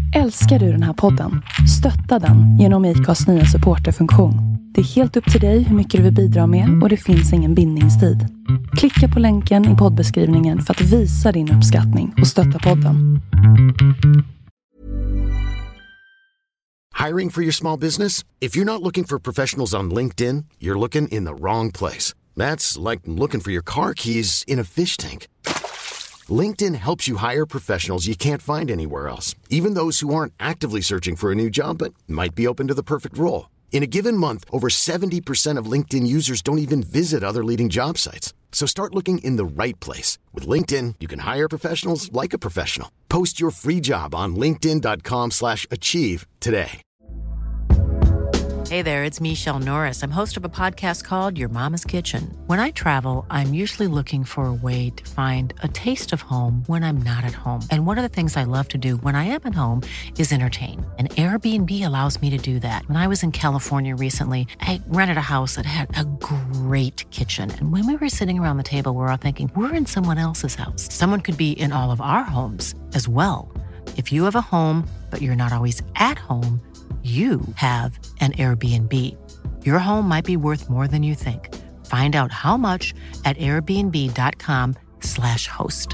Älskar du den här podden? Stötta den genom IKAs nya supporterfunktion. Det är helt upp till dig hur mycket du vill bidra med och det finns ingen bindningstid. Klicka på länken i poddbeskrivningen för att visa din uppskattning och stötta podden. Hiring for your small business? If you're not looking for professionals on LinkedIn, you're looking in the wrong place. That's like looking for your car keys in a fish tank. LinkedIn helps you hire professionals you can't find anywhere else, even those who aren't actively searching for a new job but might be open to the perfect role. In a given month, over 70% of LinkedIn users don't even visit other leading job sites. So start looking in the right place. With LinkedIn, you can hire professionals like a professional. Post your free job on linkedin.com/achieve today. Hey there, it's Michelle Norris. I'm host of a podcast called Your Mama's Kitchen. When I travel, I'm usually looking for a way to find a taste of home when I'm not at home. And one of the things I love to do when I am at home is entertain. And Airbnb allows me to do that. When I was in California recently, I rented a house that had a great kitchen. And when we were sitting around the table, we were all thinking, we're in someone else's house. Someone could be in all of our homes as well. If you have a home, but you're not always at home, you have an Airbnb. Your home might be worth more than you think. Find out how much at airbnb.com/host.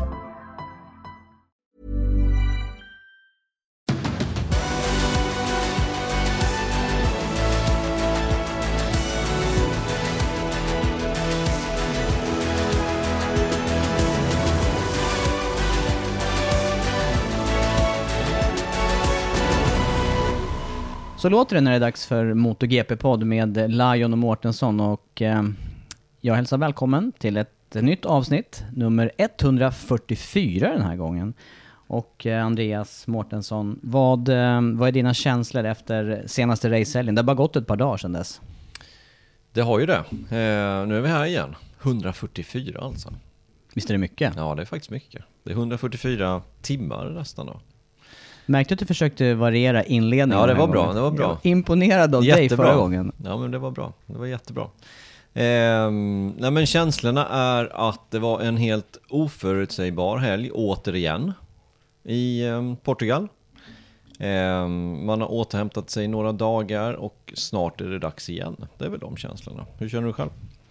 Så låter det när det är dags för MotoGP-podd med Lion och Mårtensson, och jag hälsar välkommen till ett nytt avsnitt, nummer 144 den här gången. Och Andreas Mårtensson, vad är dina känslor efter senaste racehelgen? Det har bara gått ett par dagar sedan dess. Det har ju det. Nu är vi här igen. 144 alltså. Visst är det mycket? Ja, det är faktiskt mycket. Det är 144 timmar nästan då. Märkte att du försökte variera inledningen? Ja, det var bra. Det var bra. Imponerad av dig förra gången. Ja, men det var bra. Det var jättebra. Nej, men känslorna är att det var en helt oförutsägbar helg återigen i Portugal. Man har återhämtat sig några dagar och snart är det dags igen. Det är väl de känslorna. Hur känner du själv?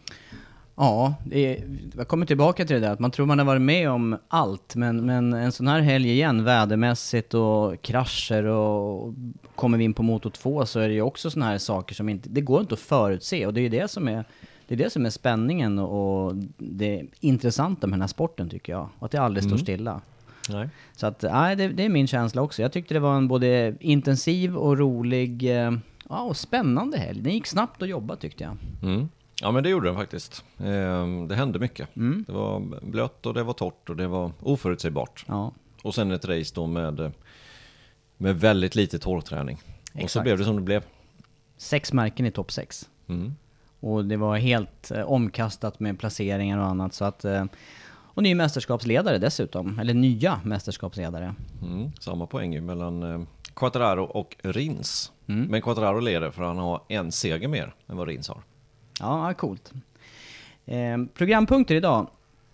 Ja, jag kommer tillbaka till det där att man tror man har varit med om allt, men en sån här helg igen, vädermässigt och krascher, och kommer vi in på Moto 2 så är det ju också såna här saker som inte, det går inte att förutse, och det är ju det som är spänningen och det intressanta med den här sporten, tycker jag, att det aldrig står stilla. Nej. Så att, det är min känsla också. Jag tyckte det var en både intensiv och rolig och spännande helg. Det gick snabbt att jobba, tyckte jag. Mm. Ja, men det gjorde den faktiskt. Det hände mycket. Det var blött och det var torrt och det var oförutsägbart. Ja. Och sen ett race då med väldigt lite torrträning. Exakt. Och så blev det som det blev. 6 märken i topp 6. Och det var helt omkastat med placeringar och annat. Så att, och ny mästerskapsledare dessutom. Eller nya mästerskapsledare. Samma poäng ju mellan Quartararo och Rins. Men Quartararo leder för han har en seger mer än vad Rins har. Ja, coolt. Programpunkter idag.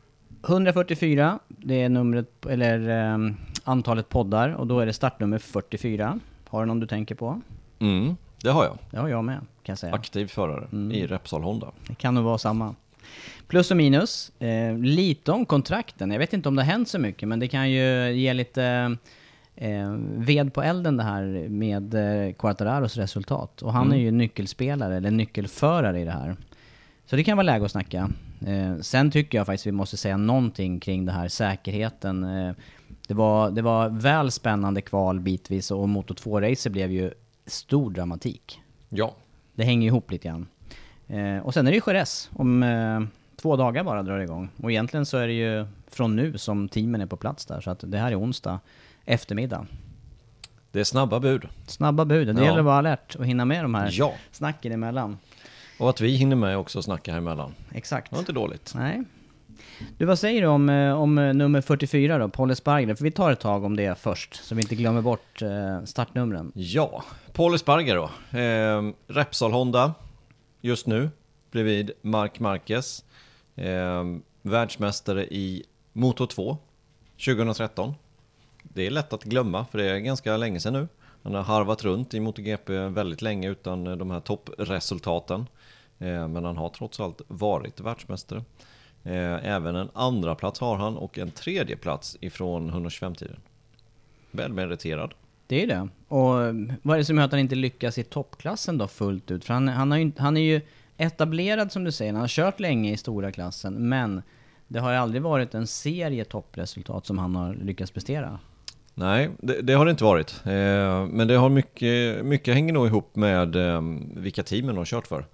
144, det är numret, eller antalet poddar, och då är det startnummer 44. Har du någon du tänker på? Det har jag. Det har jag med, kan jag säga. Aktiv förare i Repsol Honda. Det kan nog vara samma. Plus och minus. Lite om kontrakten. Jag vet inte om det har hänt så mycket, men det kan ju ge lite ved på elden det här med Quartararos resultat. Och han är ju nyckelspelare eller nyckelförare i det här. Så det kan vara läge att snacka. Sen tycker jag faktiskt vi måste säga någonting kring det här säkerheten. Det var väl spännande kval bitvis, och Moto 2-racer blev ju stor dramatik. Ja. Det hänger ihop lite grann. Och sen är det ju Jerez. Om 2 dagar bara drar det igång. Och egentligen så är det ju från nu som teamen är på plats där. Så att det här är onsdag eftermiddag. Det är snabba bud. Snabba bud. Det gäller att vara alert och hinna med de här snacken emellan. Och att vi hinner med också snacka här emellan. Exakt. Det var inte dåligt. Nej. Du, vad säger du om nummer 44 då, Paul Espargaro? För vi tar ett tag om det först, så vi inte glömmer bort startnumren. Ja, Paul Espargaro. Repsol Honda just nu, bredvid Marc Marquez. Världsmästare i Moto 2 2013. det är lätt att glömma, för det är ganska länge sedan nu. Han har harvat runt i MotoGP väldigt länge utan de här toppresultaten. Men han har trots allt varit världsmästare. Även en andra plats har han och en tredje plats ifrån 125-tiden. Välmeriterad. Det är det. Och vad är det som gör att han inte lyckas i toppklassen då fullt ut? För han är ju etablerad som du säger. Han har kört länge i stora klassen. Men det har ju aldrig varit en serie toppresultat som han har lyckats prestera. Nej, det har det inte varit. Men det har mycket hänger nog ihop med vilka teamen de har kört för.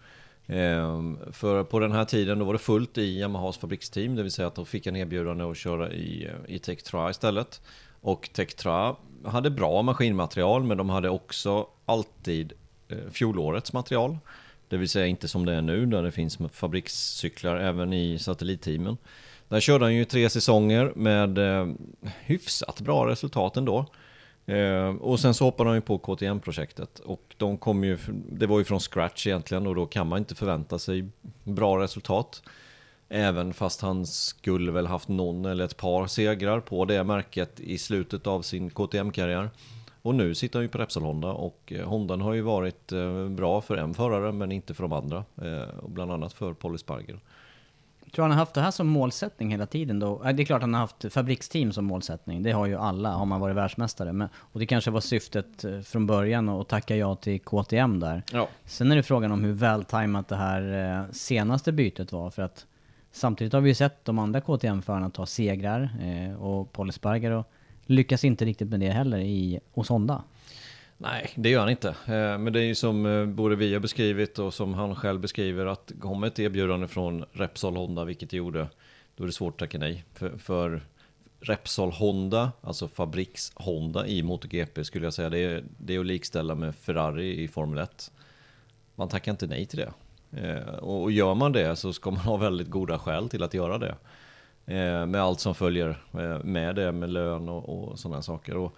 För på den här tiden då var det fullt i Yamahas fabriksteam, det vill säga att de fick en erbjudande att köra i Tech-Tra istället. Och Tech-Tra hade bra maskinmaterial, men de hade också alltid fjolårets material. Det vill säga inte som det är nu där det finns fabrikscyklar även i satellitteamen. Där körde han ju 3 säsonger med hyfsat bra resultat ändå. Och sen så hoppade han ju på KTM-projektet. Och de kom ju, det var ju från scratch egentligen, och då kan man inte förvänta sig bra resultat. Även fast han skulle väl haft någon eller ett par segrar på det märket i slutet av sin KTM-karriär. Och nu sitter han ju på Repsol Honda, och Hondan har ju varit bra för en förare men inte för de andra. Och bland annat för Pol Espargaro. Tror han har haft det här som målsättning hela tiden då? Det är klart han har haft fabriksteam som målsättning. Det har ju alla, har man varit världsmästare. Och det kanske var syftet från början att tacka ja till KTM där. Ja. Sen är det frågan om hur vältajmat det här senaste bytet var. För att samtidigt har vi ju sett de andra KTM-förarna ta segrar. Och Pol Espargaro lyckas inte riktigt med det heller hos Honda. Nej, det gör han inte. Men det är ju som både vi har beskrivit och som han själv beskriver, att kommer ett erbjudande från Repsol Honda, vilket det gjorde, då är det svårt att tacka nej. För Repsol Honda, alltså fabriks Honda i MotoGP, skulle jag säga, det är att likställa med Ferrari i Formel 1. Man tackar inte nej till det. Och gör man det så ska man ha väldigt goda skäl till att göra det. Med allt som följer med det, med lön och sådana saker. Och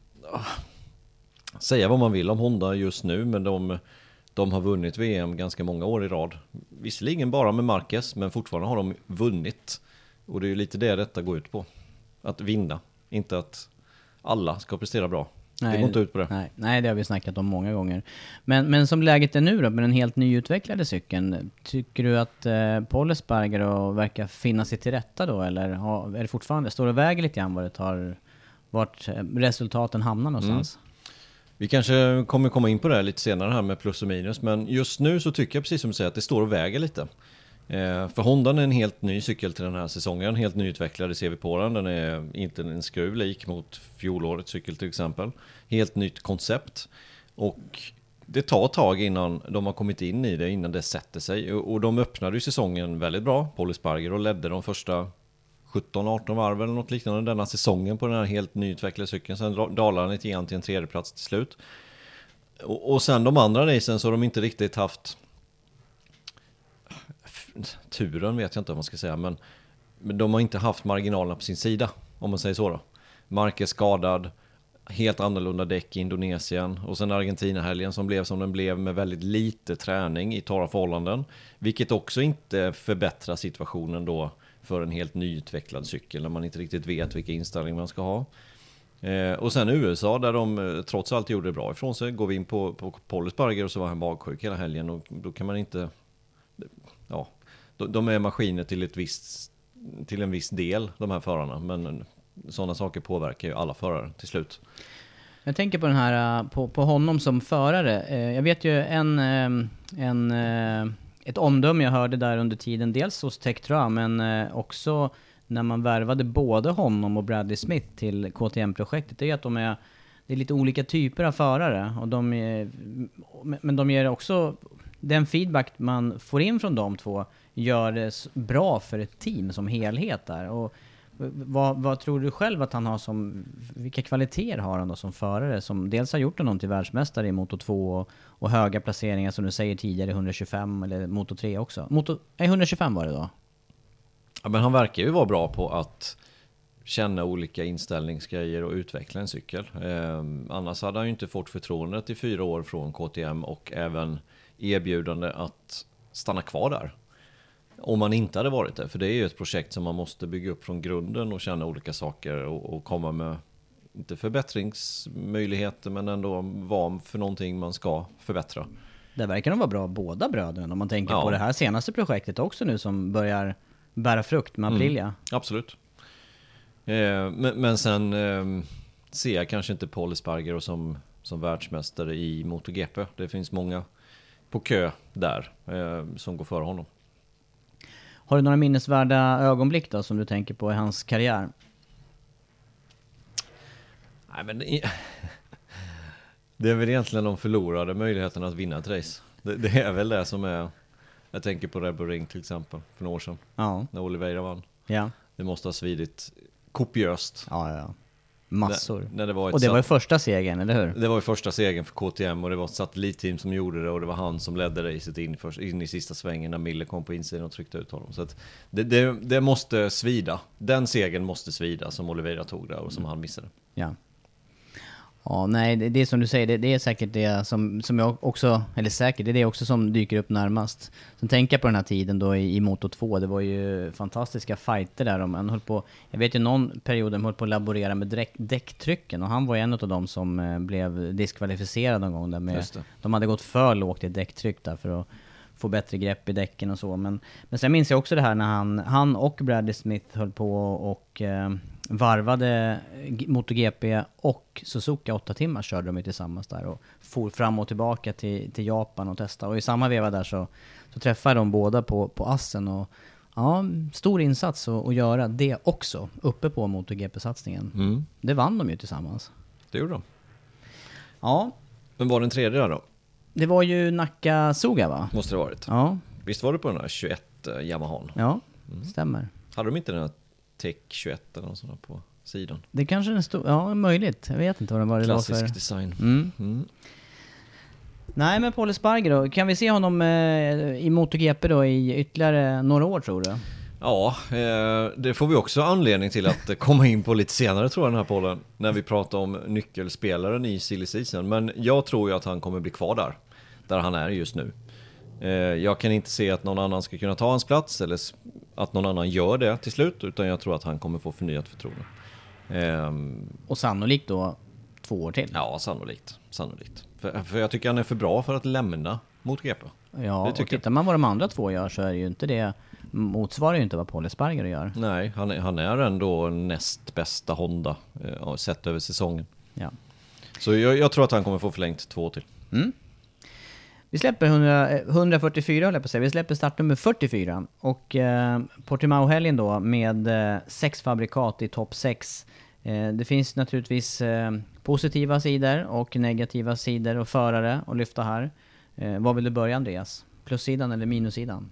säga vad man vill om Honda just nu, men de har vunnit VM ganska många år i rad. Visserligen bara med Marquez, men fortfarande har de vunnit. Och det är ju lite det detta går ut på. Att vinna, inte att alla ska prestera bra. Nej, det går inte ut på det. Nej, det har vi snackat om många gånger. Men som läget är nu då, med den helt nyutvecklade cykeln, tycker du att Pol Espargaro verkar finna sig till rätta då? Eller är det fortfarande, står det väger lite grann vart resultaten hamnar någonstans? Vi kanske kommer komma in på det här lite senare här med plus och minus, men just nu så tycker jag precis som du säger att det står och väger lite. För Honda är en helt ny cykel till den här säsongen, en helt nyutvecklad, det ser vi på den. Den är inte en skruv lik mot fjolårets cykel till exempel. Helt nytt koncept. Och det tar ett tag innan de har kommit in i det, innan det sätter sig. Och de öppnade ju säsongen väldigt bra. Pol Espargaro ledde de första 17-18 varv eller något liknande denna säsongen på den här helt nyutvecklade cykeln. Sen dalade han lite grann till en tredje plats till slut. Och sen de andra racen så har de inte riktigt haft turen, vet jag inte om man ska säga, men de har inte haft marginalerna på sin sida, om man säger så då. Marquez skadad, helt annorlunda däck i Indonesien, och sen Argentina-helgen som blev som den blev med väldigt lite träning i torra förhållanden, vilket också inte förbättrar situationen då för en helt nyutvecklad cykel när man inte riktigt vet vilka inställningar man ska ha. Och sen USA där de trots allt gjorde det bra ifrån sig. Går vi in på Pol Espargaro, och så var han magsjuk hela helgen, och då kan man inte... Ja, de är maskiner till en viss del, de här förarna, men sådana saker påverkar ju alla förare till slut. Jag tänker på den här, på honom som förare. Jag vet ju ett omdöme jag hörde där under tiden, dels hos Tech-Tra, men också när man värvade både honom och Bradley Smith till KTM-projektet, det är att det är lite olika typer av förare, och men de ger också den feedback man får in från de två, gör det bra för ett team som helhet där. Och vad tror du själv att han har vilka kvaliteter har han då som förare, som dels har gjort honom till världsmästare i Moto 2 och höga placeringar som du säger tidigare, 125 eller Moto 3 också. 125 var det då? Ja, men han verkar ju vara bra på att känna olika inställningsgrejer och utveckla en cykel. Annars hade han ju inte fått förtroendet i 4 år från KTM och även erbjudande att stanna kvar där. Om man inte hade varit det. För det är ju ett projekt som man måste bygga upp från grunden och känna olika saker och komma med inte förbättringsmöjligheter, men ändå van för någonting man ska förbättra. Det verkar de vara bra båda bröderna om man tänker på det här senaste projektet också nu som börjar bära frukt med Aprilia. Absolut. Men sen ser jag kanske inte Paul Espargaro som världsmästare i MotoGP. Det finns många på kö där som går före honom. Har du några minnesvärda ögonblick då som du tänker på i hans karriär? Nej, men det är väl egentligen de förlorade möjligheten att vinna ett race. Det är väl det som är... Jag tänker på Red Bull Ring till exempel för några år sedan. Ja. När Oliveira vann. Ja. Det måste ha svidit kopiöst. Ja. Massor. När det var och det var ju första segern, eller hur? Det var ju första segern för KTM och det var ett satellitteam som gjorde det och det var han som ledde racet in i sista svängen när Miller kom på insidan och tryckte ut honom. Så att det måste svida. Den segern måste svida som Oliveira tog där och som han missade. Ja. Ja, nej, det är som du säger, det är säkert det som jag också, eller säkert, det är det också som dyker upp närmast. Sen tänker jag på den här tiden då i Moto 2, det var ju fantastiska fighter där. Man höll på, jag vet ju någon period de höll på att laborera med däcktrycken och han var en av dem som blev diskvalificerad någon gång där med, de hade gått för lågt i däcktryck där för att få bättre grepp i däcken och så. Men sen minns jag också det här när han och Bradley Smith höll på och varvade MotoGP och Suzuka 8 timmar körde de ju tillsammans där och for fram och tillbaka till Japan och testa. Och i samma veva där så träffade de båda på Assen och ja, stor insats att göra det också uppe på MotoGP-satsningen. Det vann de ju tillsammans. Det gjorde de. Ja. Men var den tredje där då? Det var ju Nakasuga, va? Måste det ha varit. Ja. Visst var det på den här 21 Yamahan? Ja, stämmer. Hade de inte den här Tech 21 eller något sånt där på sidan? Det kanske den stod... Ja, möjligt. Jag vet inte vad det var. Klassisk design. Nej, men Paul Espargaro, kan vi se honom i MotoGP då i ytterligare några år, tror du? Ja, det får vi också anledning till att komma in på lite senare, tror jag, den här podden, när vi pratar om nyckelspelaren i silly season. Men jag tror ju att han kommer bli kvar där han är just nu. Jag kan inte se att någon annan ska kunna ta hans plats eller att någon annan gör det till slut, utan jag tror att han kommer få förnyat förtroende. Och sannolikt då 2 år till? Ja, sannolikt. För jag tycker han är för bra för att lämna MotoGP. Ja, och tittar man vad de andra 2 gör så är det ju inte det, motsvarar ju inte vad Paul Espargaro gör. Nej, han är ändå näst bästa Honda sett över säsongen. Ja. Så jag tror att han kommer få förlängt 2 till. Vi släpper 144, höll jag på att säga. Vi släpper startnummer 44. Och Portimao-helgen då med 6 fabrikat i topp 6. Det finns naturligtvis positiva sidor och negativa sidor och förare att lyfta här. Vad vill du börja, Andreas? Plussidan eller minussidan?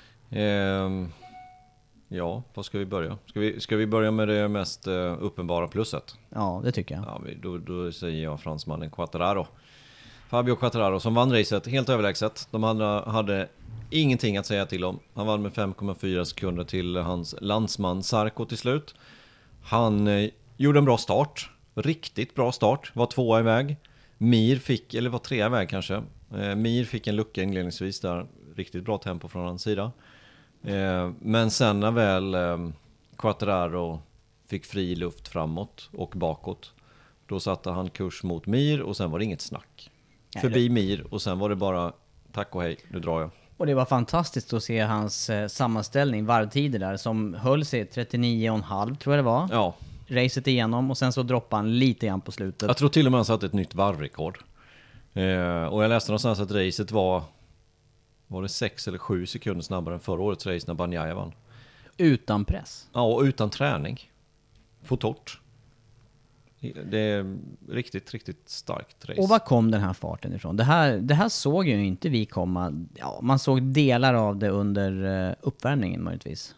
Ja, vad ska vi börja? Ska vi börja med det mest uppenbara plusset? Ja, det tycker jag. Ja, då säger jag fransmannen Quartararo. Fabio Quartararo som vann racet helt överlägset. De andra hade ingenting att säga till om. Han vann med 5,4 sekunder till hans landsman Zarco till slut. Han gjorde en bra start. Riktigt bra start. Var 2 iväg. Mir fick, eller var 3 iväg kanske. Mir fick en lucka inledningsvis där. Riktigt bra tempo från hans sida. Men sen när väl Quartararo fick fri luft framåt och bakåt, då satte han kurs mot Mir och sen var det inget snack. Förbi Mir och sen var det bara tack och hej, nu drar jag. Och det var fantastiskt att se hans sammanställning, varvtider där, som höll sig 39,5 tror jag det var. Ja. Racet igenom och sen så droppade han lite grann på slutet. Jag tror till och med han satte ett nytt varvrekord. Och jag läste någonstans att racet var det 6 eller 7 sekunder snabbare än förra årets race när Bagnaia vann. Utan press? Ja, och utan träning. På torrt. Det är riktigt starkt race. Och var kom den här farten ifrån? Det här såg ju inte vi komma. Ja, man såg delar av det under uppvärmningen möjligtvis.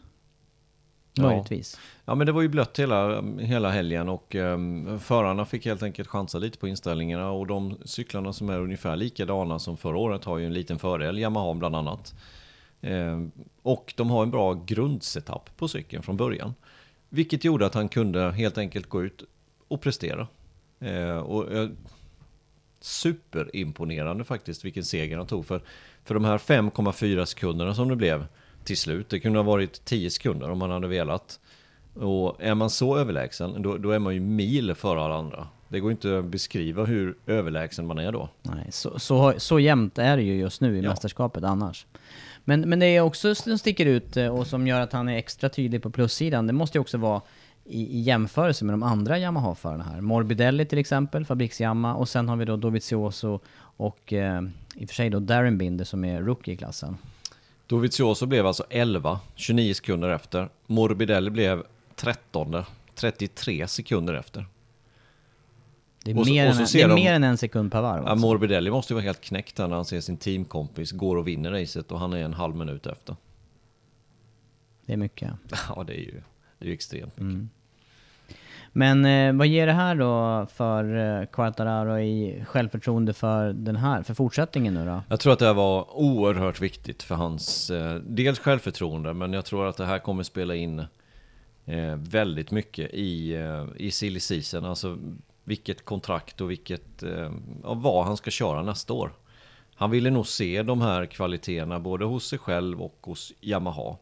Ja, men det var ju blött hela helgen och förarna fick helt enkelt chansa lite på inställningarna, och de cyklarna som är ungefär likadana som förra året har ju en liten fördel, Yamaha bland annat. Och de har en bra grundsetup på cykeln från början, vilket gjorde att han kunde helt enkelt gå ut och prestera. Superimponerande faktiskt vilken seger han tog, för de här 5,4 sekunderna som det blev till slut, det kunde ha varit 10 sekunder om man hade velat. Och är man så överlägsen, då är man ju mil före alla andra. Det går inte att beskriva hur överlägsen man är då. Nej, så jämnt är det ju just nu i mästerskapet annars. Men det är också som sticker ut och som gör att han är extra tydlig på plussidan. Det måste ju också vara i jämförelse med de andra Yamaha-förarna här. Morbidelli till exempel, Fabriks-Yamaha. Och sen har vi då Dovizioso och i och för sig då Darren Binder som är rookie i klassen. Dovizioso blev alltså 11, 29 sekunder efter. Morbidelli blev 13, 33 sekunder efter. Det är mer än en sekund per varv. Ja, alltså. Morbidelli måste ju vara helt knäckt när han ser sin teamkompis går och vinner racet och han är en halv minut efter. Det är mycket. Ja, det är ju extremt mycket. Men vad ger det här då för Quartararo i självförtroende för fortsättningen nu då? Jag tror att det här var oerhört viktigt för hans dels självförtroende, men jag tror att det här kommer spela in väldigt mycket i silly season. Alltså vilket kontrakt och vad han ska köra nästa år. Han ville nog se de här kvaliteterna både hos sig själv och hos Yamaha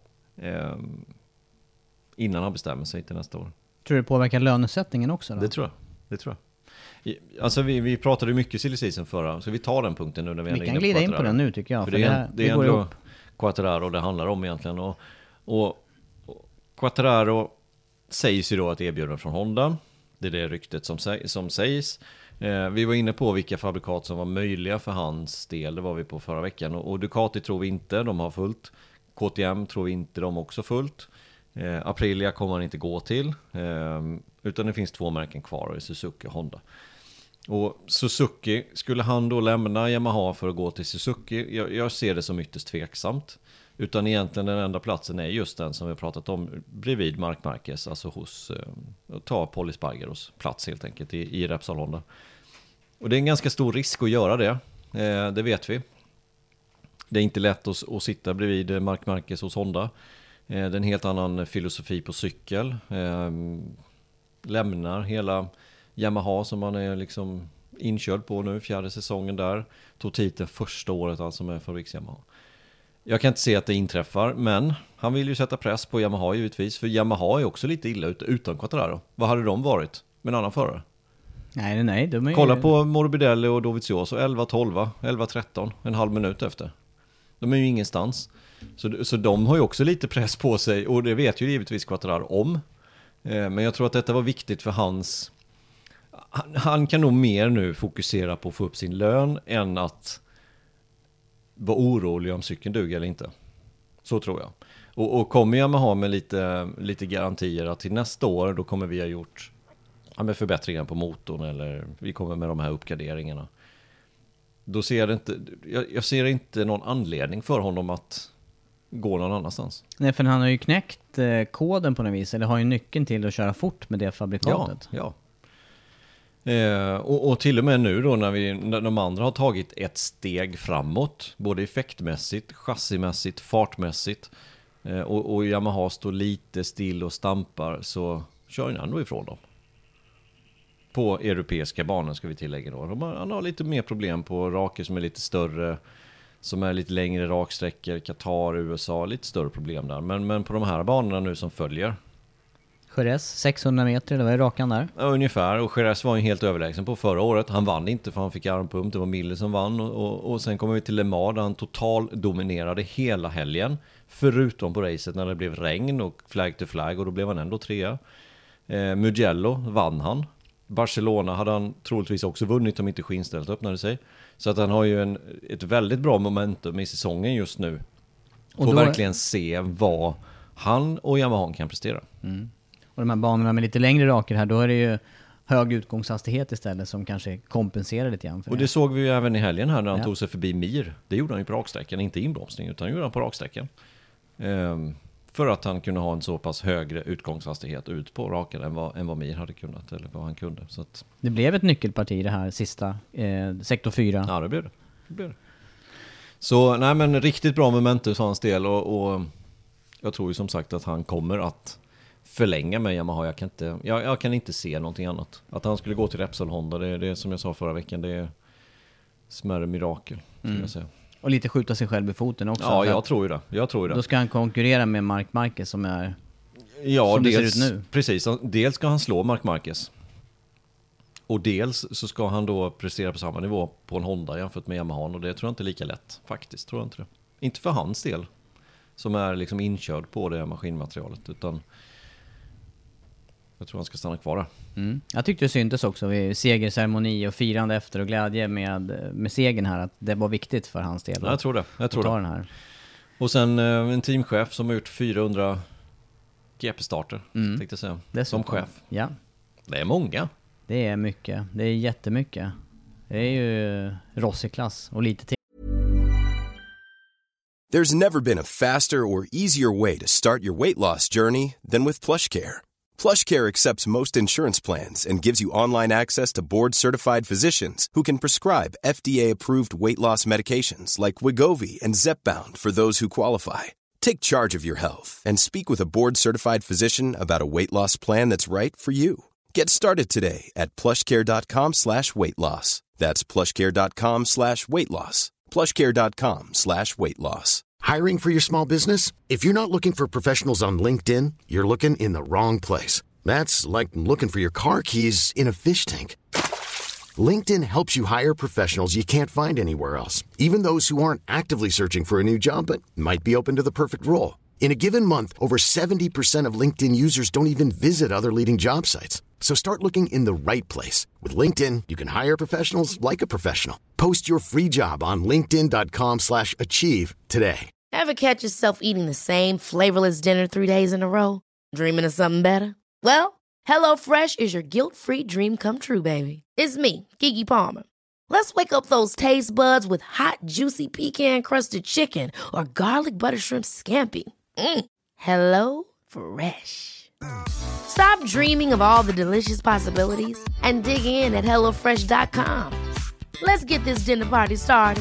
innan han bestämmer sig till nästa år. Tror du det påverkar lönesättningen också då? Det tror jag. Alltså vi pratade mycket silly season förra, så vi tar den punkten nu när vi kan glida in på den nu tycker jag. För det är ändå Quartararo det handlar om egentligen. Och Quartararo sägs ju då att erbjudande från Honda. Det är det ryktet som sägs. Vi var inne på vilka fabrikat som var möjliga för hans del. Det var vi på förra veckan. Och Ducati tror vi inte, de har fullt. KTM tror vi inte, de också fullt. Aprilia kommer han inte gå till. Utan det finns 2 märken kvar, i Suzuki och Honda. Och Suzuki, skulle han då lämna Yamaha för att gå till Suzuki? Jag ser det som ytterst tveksamt. Utan egentligen den enda platsen är just den som vi har pratat om bredvid Marc Marquez, alltså hos ta Pol Espargaros plats helt enkelt i Repsol Honda. Och det är en ganska stor risk att göra det, det vet vi. Det är inte lätt att sitta bredvid Marc Marquez hos Honda. Det är en helt annan filosofi på cykel. Lämnar hela Yamaha som man är liksom inkörd på nu, 4:e säsongen där. Tog titeln första året alltså med Fabriks Yamaha. Jag kan inte se att det inträffar, men han vill ju sätta press på Yamaha givetvis. För Yamaha är också lite illa ute utan Quartararo. Vad hade de varit med en annan förare? Nej, de är Kolla på Morbidelli och Dovizioso, 11-12, 11-13, en halv minut efter. De är ju ingenstans. Så de har ju också lite press på sig, och det vet ju givetvis Quartararo om. Men jag tror att detta var viktigt för hans... Han kan nog mer nu fokusera på att få upp sin lön än att vara orolig om cykeln duger eller inte. Så tror jag. Och kommer jag med ha med lite garantier att till nästa år då kommer vi ha gjort med förbättringar på motorn, eller vi kommer med de här uppgraderingarna. Då ser jag inte, jag ser inte någon anledning för honom att gå någon annanstans. Nej, för han har ju knäckt koden på något vis, eller har ju nyckeln till att köra fort med det fabrikatet. Ja. Och till och med nu då när de andra har tagit ett steg framåt, både effektmässigt, chassimässigt, fartmässigt, och Yamaha står lite still och stampar, så kör han ändå ifrån dem. På europeiska banor ska vi tillägga då. Han har lite mer problem på raker som är lite större, som är lite längre raksträckor, Qatar, USA, lite större problem där. Men på de här banorna nu som följer. Jerez, 600 meter, det var ju rakan där. Ja, ungefär, och Jerez var ju helt överlägsen på förra året. Han vann inte för han fick armpump, det var Miller som vann. Och sen kommer vi till Le Mans där han total dominerade hela helgen. Förutom på racet när det blev regn och flag to flag, och då blev han ändå 3. Mugello vann han. Barcelona hade han troligtvis också vunnit om inte skinstället öppnade sig. Så att han har ju ett väldigt bra momentum i säsongen just nu. Och får verkligen se vad han och Yamaha kan prestera. Mm. Och de här banorna med lite längre raker här, då är det ju hög utgångshastighet istället som kanske kompenserar lite grann för det. Och det såg vi ju även i helgen här när han tog sig förbi Mir. Det gjorde han ju på raksträckan, inte inbromsning, utan gjorde han på raksträckan. För att han kunde ha en så pass högre utgångshastighet ut på raken än vad Mir hade kunnat, eller vad han kunde. Så att... Det blev ett nyckelparti det här sista, sektor 4. Ja, det blev det. Så nej, men riktigt bra momentum för hans del, och jag tror ju som sagt att han kommer att förlänga med Yamaha. Jag kan inte se någonting annat. Att han skulle gå till Repsol Honda, det är som jag sa förra veckan, det är smärre mirakel, skulle jag säga. Och lite skjuta sig själv i foten också. Ja, jag tror ju det. Då ska han konkurrera med Marc Marquez som är Ja, som dels, det ser ut nu. Precis, dels ska han slå Marc Marquez. Och dels så ska han då prestera på samma nivå på en Honda jämfört med Yamaha. Och det tror jag inte är lika lätt, faktiskt. Tror jag inte det. Inte för hans del, som är liksom inkörd på det maskinmaterialet. Utan jag tror han ska stanna kvar där. Jag tyckte det syntes också vid segerceremoni och firande efter och glädje med segern här. Att det var viktigt för hans del. Ja, jag tror det. Jag tror ta det. den här. Och sen en teamchef som har gjort 400 GP-starter, tänkte jag säga. Dessutom. Som chef. Ja. Det är många. Det är mycket. Det är jättemycket. Det är ju Rossi-klass och lite till. There's never been a faster or easier way to start your weight loss journey than with PlushCare. PlushCare accepts most insurance plans and gives you online access to board-certified physicians who can prescribe FDA-approved weight loss medications like Wegovy and Zepbound for those who qualify. Take charge of your health and speak with a board-certified physician about a weight loss plan that's right for you. Get started today at plushcare.com/weightloss. That's plushcare.com/weightloss. plushcare.com/weightloss. Hiring for your small business? If you're not looking for professionals on LinkedIn, you're looking in the wrong place. That's like looking for your car keys in a fish tank. LinkedIn helps you hire professionals you can't find anywhere else, even those who aren't actively searching for a new job but might be open to the perfect role. In a given month, over 70% of LinkedIn users don't even visit other leading job sites. So start looking in the right place. With LinkedIn, you can hire professionals like a professional. Post your free job on linkedin.com/achieve today. Ever catch yourself eating the same flavorless dinner 3 days in a row? Dreaming of something better? Well, HelloFresh is your guilt-free dream come true, baby. It's me, Keke Palmer. Let's wake up those taste buds with hot, juicy pecan-crusted chicken or garlic butter shrimp scampi. Hello Fresh. Stop dreaming of all the delicious possibilities and dig in at HelloFresh.com. Let's get this dinner party started.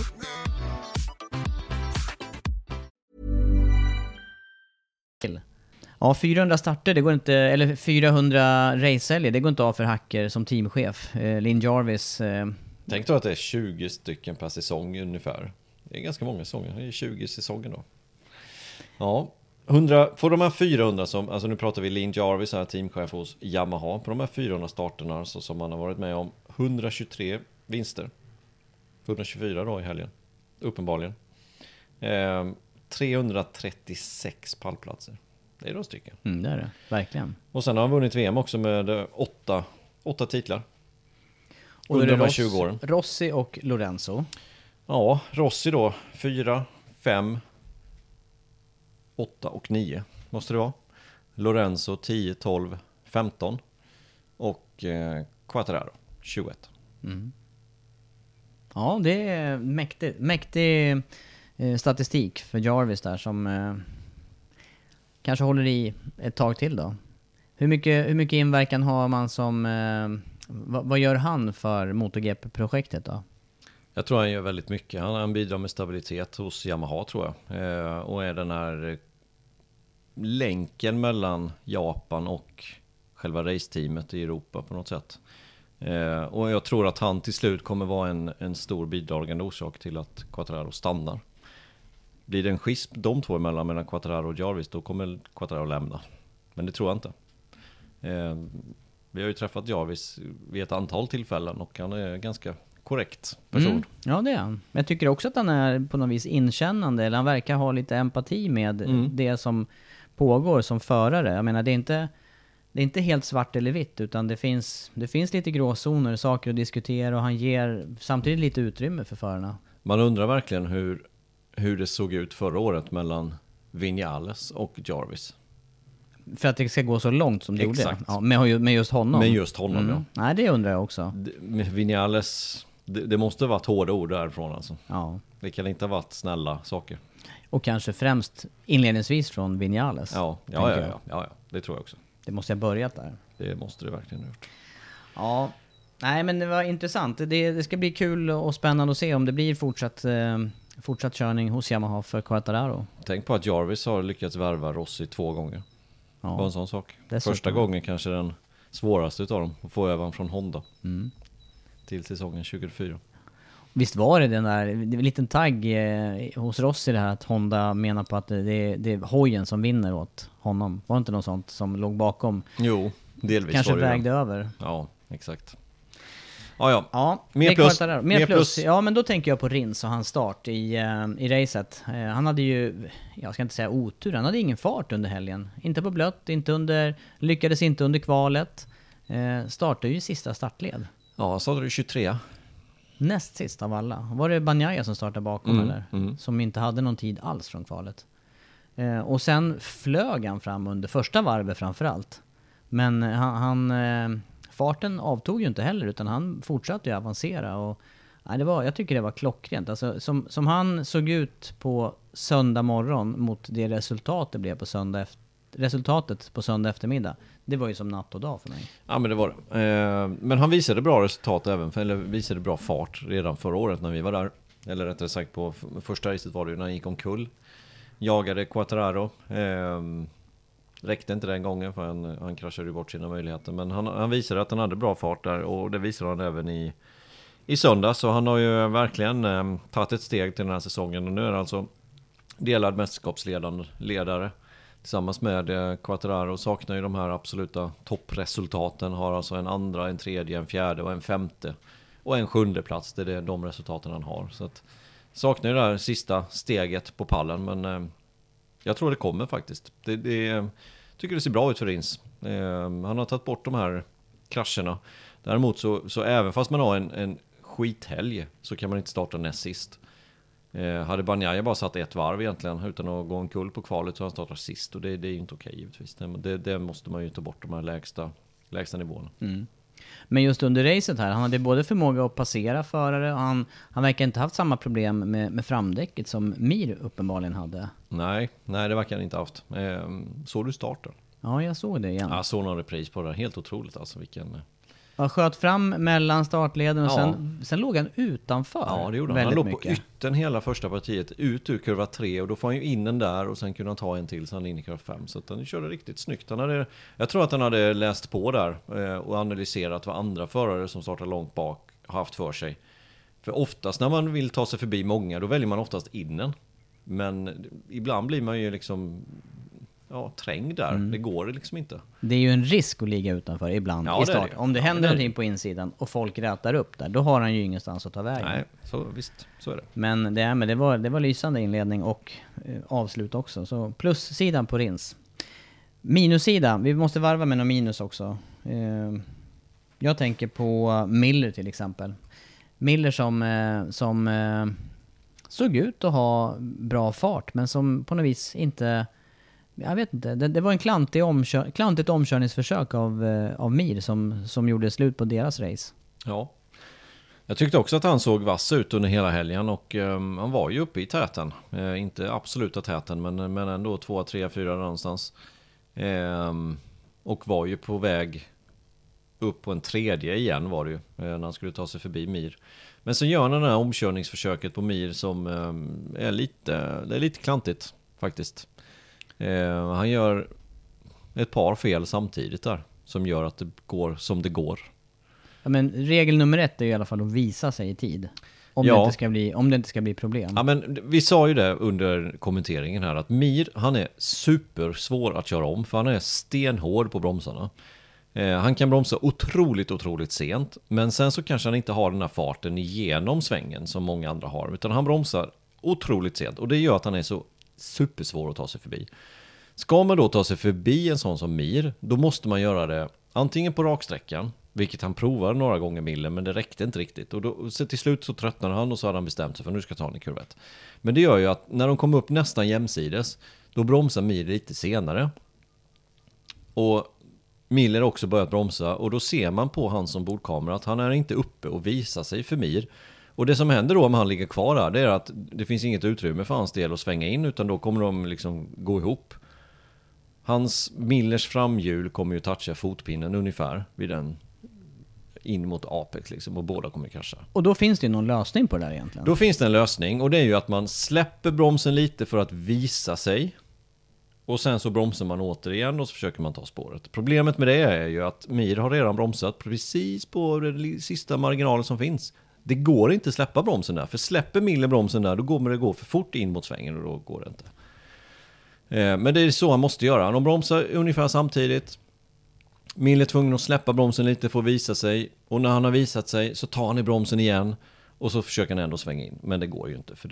Ja, 400 starter, det går inte, eller 400 racehelger, det går inte av för Hacker som teamchef. Lin Jarvis. Tänk då att det är 20 stycken per säsong ungefär. Det är ganska många säsonger, det är 20 säsonger då. Ja, 100, för de här 400 som, alltså nu pratar vi Lin Jarvis här, teamchef hos Yamaha. På de här 400 starterna alltså, som man har varit med om 123 vinster. 124 då i helgen, uppenbarligen. 336 pallplatser. Det är då stycken. Det är det, verkligen. Och sen har han vunnit VM också med 8 titlar. Och under de här 20 åren. Rossi och Lorenzo. Ja, Rossi då 4, 5, 8 och 9 måste det vara. Lorenzo 10, 12, 15 och Quartararo 21. Ja, det är mäktig statistik för Jarvis där som kanske håller i ett tag till då. Hur mycket inverkan har man som vad gör han för MotoGP-projektet då? Jag tror han gör väldigt mycket. Han bidrar med stabilitet hos Yamaha tror jag. Och är den här länken mellan Japan och själva raceteamet i Europa på något sätt. Och jag tror att han till slut kommer vara en stor bidragande orsak till att Quartararo stannar. Blir det en schism de två emellan, mellan Quartararo och Jarvis, då kommer Quartararo lämna. Men det tror jag inte. Vi har ju träffat Jarvis vid ett antal tillfällen och han är en ganska korrekt person. Ja, det är han. Men jag tycker också att han är på något vis inkännande, eller han verkar ha lite empati med det som pågår som förare. Jag menar, det är inte helt svart eller vitt, utan det finns lite gråzoner, saker att diskutera, och han ger samtidigt lite utrymme för förarna. Man undrar verkligen hur det såg ut förra året mellan Vinales och Jarvis. För att det ska gå så långt som det Exakt. gjorde. Ja, med just honom. Med just honom, ja. Nej, det undrar jag också. Med Vinales, det måste ha varit hårda ord därifrån alltså. Ja. Det kan inte ha varit snälla saker. Och kanske främst inledningsvis från Vinales. Ja, det tror jag också. Det måste ha börjat där. Det måste det verkligen ha gjort. Ja, nej men det var intressant. Det ska bli kul och spännande att se om det blir fortsatt körning hos Yamaha för Quartararo. Tänk på att Jarvis har lyckats värva Rossi 2 gånger. Ja. Bara en sån sak. Dessutom. Första gången kanske den svåraste utav dem, att få över från Honda till säsongen 2024. Visst var det den där, det var en liten tagg hos Rossi det här att Honda menar på att det är hojen som vinner åt honom. Var det inte något sånt som låg bakom? Jo, delvis kanske var det vägde över. Ja, exakt. Ja, mer plus. Ja, men då tänker jag på Rins och hans start i racet. Han hade ju, jag ska inte säga otur, han hade ingen fart under helgen. Inte på blött, lyckades inte under kvalet. Startade ju i sista startled. Ja, så hade du 23. Näst sist av alla. Var det Bagnaia som startade bakom eller? Som inte hade någon tid alls från kvalet. Och sen flög han fram under första varvet framförallt. Men farten avtog ju inte heller, utan han fortsatte ju avancera. Och, jag tycker det var klockrent. Alltså, som han såg ut på söndag morgon mot det resultat det blev på resultatet på söndag eftermiddag. Det var ju som natt och dag för mig. Ja, men det var det. Men han visade bra resultat eller visade bra fart redan förra året när vi var där. Eller rättare sagt på första racet var det ju när han gick omkull. Jagade Quartararo. Räckte inte den gången för han kraschade ju bort sina möjligheter. Men han visade att han hade bra fart där, och det visade han även i söndag. Så han har ju verkligen tagit ett steg till den här säsongen. Och nu är det alltså delad mästerskapsledare. Tillsammans med Quartararo saknar ju de här absoluta toppresultaten. Har alltså en andra, en tredje, en fjärde och en femte. Och en sjunde plats, det är de resultaten han har. Så att, saknar ju det här sista steget på pallen, men jag tror det kommer faktiskt. Tycker det ser bra ut för Rins. Han har tagit bort de här krascherna. Däremot så även fast man har en skithelg så kan man inte starta näst sist. Hade Bagnaia bara satt ett varv egentligen utan att gå en kull på kvalet, så han startar sist, och det är inte okej givetvis. Det måste man ju ta bort, de här lägsta nivåerna. Men just under racet här, han hade både förmåga att passera förare, och han verkar inte haft samma problem med framdäcket som Mir uppenbarligen hade. Nej, det verkar han inte haft. Såg du starten? Ja, jag såg det igen. Jag såg någon repris på det, helt otroligt alltså, vilken... Han sköt fram mellan startleden och sen låg han utanför. Ja, det gjorde han. Han låg på ytten hela första partiet, ut ur kurva 3, och då får han ju in den där, och sen kunde han ta en till, så han in i kurva 5. Så att han körde riktigt snyggt. Jag tror att han hade läst på där och analyserat vad andra förare som startar långt bak har haft för sig. För oftast när man vill ta sig förbi många, då väljer man oftast innen. Men ibland blir man ju liksom... trängd där. Det går liksom inte. Det är ju en risk att ligga utanför ibland i start. Om det händer någonting på insidan och folk rätar upp där, då har han ju ingenstans att ta vägen. Nej, så är det. Men det var lysande inledning och avslut också. Så plussidan på Rins. Minussidan, vi måste varva med någon minus också. Jag tänker på Miller till exempel. Miller som såg ut att ha bra fart, men som på något vis inte... Jag vet inte, det var en klantigt omkörningsförsök av Mir som gjorde slut på deras race. Ja, jag tyckte också att han såg vass ut under hela helgen, och han var ju uppe i täten. Inte absoluta täten, men ändå 2, 3, 4 någonstans. Och var ju på väg upp på en tredje igen var det ju, när han skulle ta sig förbi Mir. Men så gör han det här omkörningsförsöket på Mir som är lite klantigt faktiskt. Han gör ett par fel samtidigt där som gör att det går som det går. Ja, men regel nummer 1 är ju i alla fall att visa sig i tid. Om det inte ska bli problem. Ja, men vi sa ju det under kommenteringen här att Mir, han är supersvår att köra om, för han är stenhård på bromsarna. Han kan bromsa otroligt sent, men sen så kanske han inte har den här farten igenom svängen som många andra har, utan han bromsar otroligt sent, och det gör att han är så supersvår att ta sig förbi. Ska man då ta sig förbi en sån som Mir, då måste man göra det antingen på raksträckan, vilket han provar några gånger Miller, men det räckte inte riktigt. Och då, så till slut så tröttnade han, och så hade han bestämt sig för nu ska jag ta han i kurva 1. Men det gör ju att när de kom upp nästan jämsides, då bromsar Mir lite senare. Och Miller också börjat bromsa, och då ser man på han som bordkamera att han är inte uppe och visar sig för Mir. Och det som händer då om han ligger kvar där, det är att det finns inget utrymme för hans del att svänga in, utan då kommer de liksom gå ihop. Millers framhjul kommer ju toucha fotpinnen ungefär vid den in mot apex liksom, och båda kommer krascha. Och då finns det ju någon lösning på det där egentligen. Då finns det en lösning, och det är ju att man släpper bromsen lite för att visa sig. Och sen så bromsar man återigen och så försöker man ta spåret. Problemet med det är ju att Mir har redan bromsat precis på den sista marginalen som finns. det går inte att släppa bromsen där. För släpper Miller bromsen där, då kommer det gå för fort in mot svängen och då går det inte. Men det är så han måste göra. Han bromsar ungefär samtidigt. Miller är tvungen att släppa bromsen lite för att visa sig. Och när han har visat sig så tar han i bromsen igen. Och så försöker han ändå svänga in. Men det går ju inte. För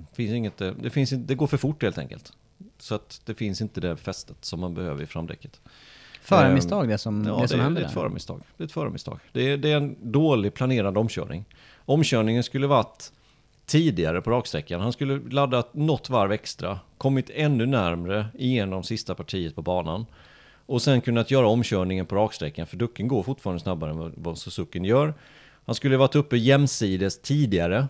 det går för fort helt enkelt. Så att det finns inte det fästet som man behöver i framdäcket. Förarmisstag det som händer där. Det är ett förarmisstag. Det är en dålig planerad omkörning. Omkörningen skulle varit tidigare på raksträckan. Han skulle laddat något varv extra. Kommit ännu närmare igenom sista partiet på banan. Och sen kunnat göra omkörningen på raksträckan. För ducken går fortfarande snabbare än vad Suzuki gör. Han skulle varit uppe jämsides tidigare.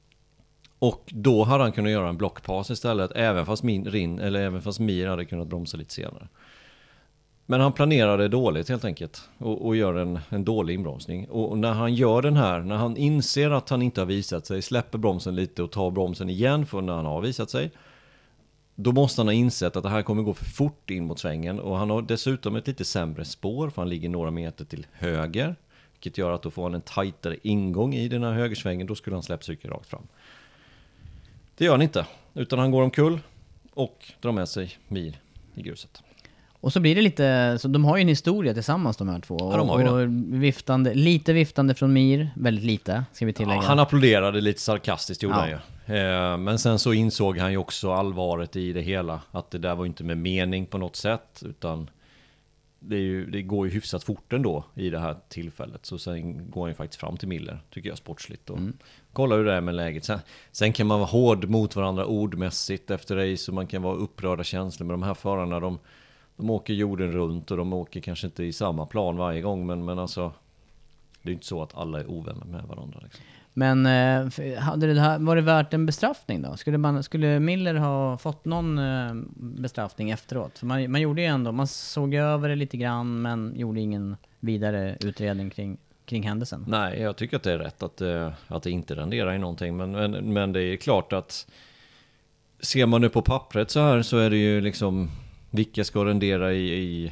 Och då hade han kunnat göra en blockpass istället. Även fast Mir hade kunnat bromsa lite senare. Men han planerade dåligt helt enkelt. Och gör en dålig inbromsning. Och när han gör den här. När han inser att han inte har visat sig. Släpper bromsen lite och tar bromsen igen. För när han har visat sig. Då måste han ha insett att det här kommer gå för fort in mot svängen. Och han har dessutom ett lite sämre spår. För han ligger några meter till höger. Vilket gör att då får han en tajtare ingång i den här högersvängen. Då skulle han släppa cykeln rakt fram. Det gör han inte. Utan han går omkull. Och drar med sig Mir i gruset. Och så blir det lite, så de har ju en historia tillsammans de här två. Ja, de har ju och viftande från Mir, väldigt lite, ska vi tillägga. Ja, han applåderade lite sarkastiskt, gjorde han ju. Men sen så insåg han ju också allvaret i det hela. Att det där var inte med mening på något sätt, utan det går ju hyfsat fort ändå i det här tillfället. Så sen går han ju faktiskt fram till Miller, tycker jag, sportsligt. Och kollar hur det är med läget. Sen kan man vara hård mot varandra ordmässigt efter race, och man kan vara upprörda känslor. Men de här förarna, de åker jorden runt och de åker kanske inte i samma plan varje gång. Men alltså, det är inte så att alla är ovänner med varandra. Liksom. Men var det värt en bestraffning då? Skulle Miller ha fått någon bestraffning efteråt? För man gjorde ju ändå, man såg över det lite grann, men gjorde ingen vidare utredning kring händelsen. Nej, jag tycker att det är rätt att det inte renderar i någonting. Men det är klart att ser man det på pappret så här, så är det ju liksom vilka ska rendera i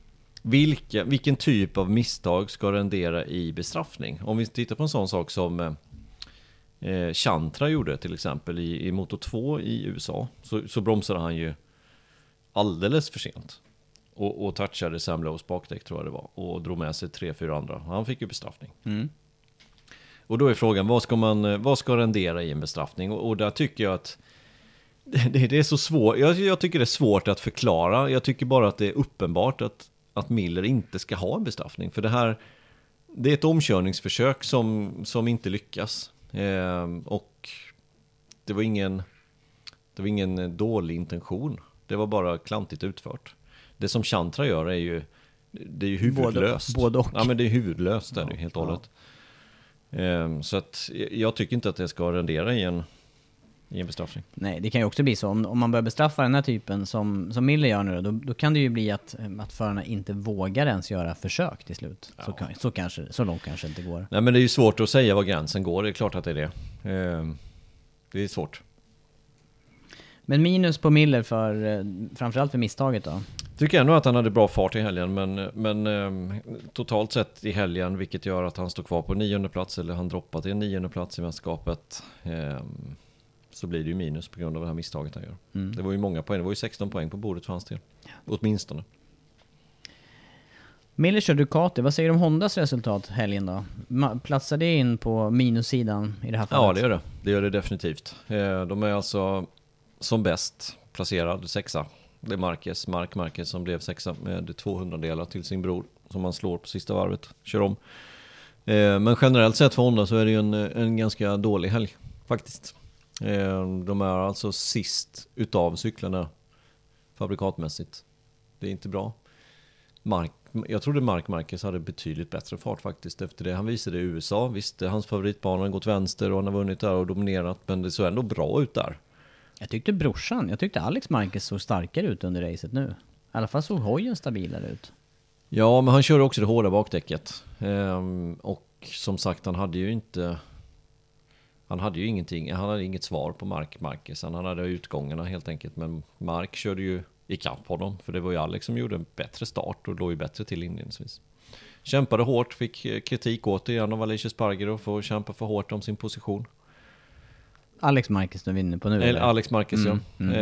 vilken typ av misstag ska rendera i bestraffning. Om vi tittar på en sån sak som Chantra gjorde till exempel i Moto 2 i USA, så bromsade han ju alldeles för sent och touchade Sam Lowes bakdäck, tror jag det var, och drog med sig 3-4 andra. Han fick ju bestraffning. Och då är frågan, vad ska rendera i en bestraffning? Och där tycker jag att det är så svårt. Jag tycker det är svårt att förklara. Jag tycker bara att det är uppenbart att Miller inte ska ha en bestraffning. För det är ett omkörningsförsök som inte lyckas. Och det var ingen dålig intention. Det var bara klantigt utfört. Det som Chantra gör är ju huvudlöst. Både och. Ja, men det är huvudlöst där, helt och hållet. Så att jag tycker inte att det ska rendera i en bestraffning. Nej, det kan ju också bli så. Om man börjar bestraffa den här typen som Miller gör nu, då kan det ju bli att förarna inte vågar ens göra försök till slut. Ja. Så långt kanske inte går. Nej, men det är ju svårt att säga var gränsen går. Det är klart att det är det. Det är svårt. Men minus på Miller framförallt för misstaget då? Tycker ändå att han hade bra fart i helgen, men totalt sett i helgen, vilket gör att han står kvar på 9:e plats, eller han droppar till en 9:e plats i mästerskapet, så blir det ju minus på grund av det här misstaget han gör. Det var ju många poäng, det var ju 16 poäng på bordet för hans del. Åtminstone. Miller kör Ducati, vad säger du om Hondas resultat helgen då? Platsar det in på minussidan i det här fallet? Ja, det gör det. Det gör det definitivt. De är alltså som bäst placerad 6:a. Det är Mark Marquez som blev 6:a med 200-delar till sin bror som han slår på sista varvet, kör om. Men generellt sett för Honda så är det ju en ganska dålig helg faktiskt. De är alltså sist utav cyklarna fabrikatmässigt. Det är inte bra. Jag trodde Mark Marquez hade betydligt bättre fart faktiskt efter det. Han visade i USA, visst hans favoritbana har gått vänster och han har vunnit där och dominerat, men det såg ändå bra ut där. Jag tyckte Alex Marquez såg starkare ut under racet nu. I alla fall såg hojen stabilare ut. Ja, men han körde också det hårda bakdäcket. Och som sagt, han hade ju ingenting. Han hade inget svar på Mark Marquez. Han hade utgångarna helt enkelt. Men Mark körde ju ikapp honom. För det var ju Alex som gjorde en bättre start och låg ju bättre till inledningsvis. kämpade hårt, fick kritik återigen av Alicia Spargaro för att kämpa för hårt om sin position. Alex Marquez du vinner på nu? Eller Alex Marquez, ja.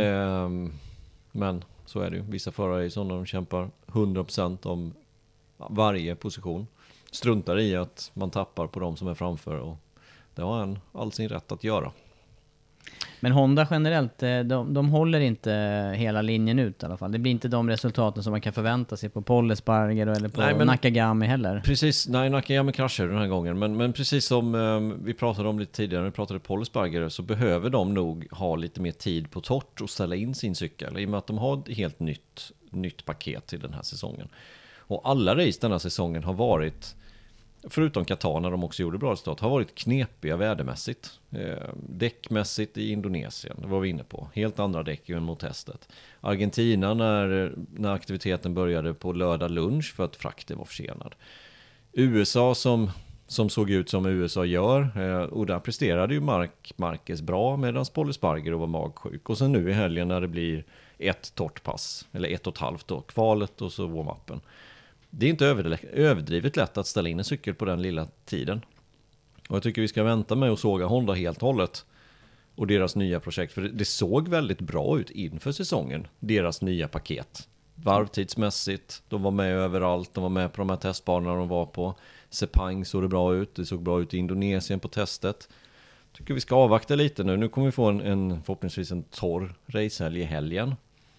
Men så är det ju. Vissa förare är sådana, de kämpar 100% om varje position. Struntar i att man tappar på de som är framför, och det har han all sin rätt att göra. Men Honda generellt, de håller inte hela linjen ut i alla fall. Det blir inte de resultaten som man kan förvänta sig på Pol Espargaro eller på Nakagami heller. Precis, nej, Nakagami kraschade den här gången. Men precis som vi pratade om lite tidigare, när vi pratade Pol Espargaro, så behöver de nog ha lite mer tid på torrt och ställa in sin cykel. I och med att de har ett helt nytt paket till den här säsongen. Och alla race den här säsongen har varit, förutom Qatar när de också gjorde bra resultat, har varit knepiga vädermässigt. Däckmässigt i Indonesien, det var vi inne på. Helt andra däck än mot testet. Argentina när aktiviteten började på lördag lunch för att frakten var försenad. USA som såg ut som USA gör, och där presterade ju Marquez bra medan Pol Espargaro var magsjuk. Och sen nu i helgen när det blir ett torrt pass, eller 1,5 då, kvalet och så warm-upen. Det är inte överdrivet lätt att ställa in en cykel på den lilla tiden. Och jag tycker vi ska vänta med att såga Honda helt hållet och deras nya projekt. För det såg väldigt bra ut inför säsongen, deras nya paket. Varvtidsmässigt, de var med överallt, de var med på de här testbanorna de var på. Sepang såg det bra ut, det såg bra ut i Indonesien på testet. Tycker vi ska avvakta lite nu. Nu kommer vi få förhoppningsvis en torr racehelg i helgen.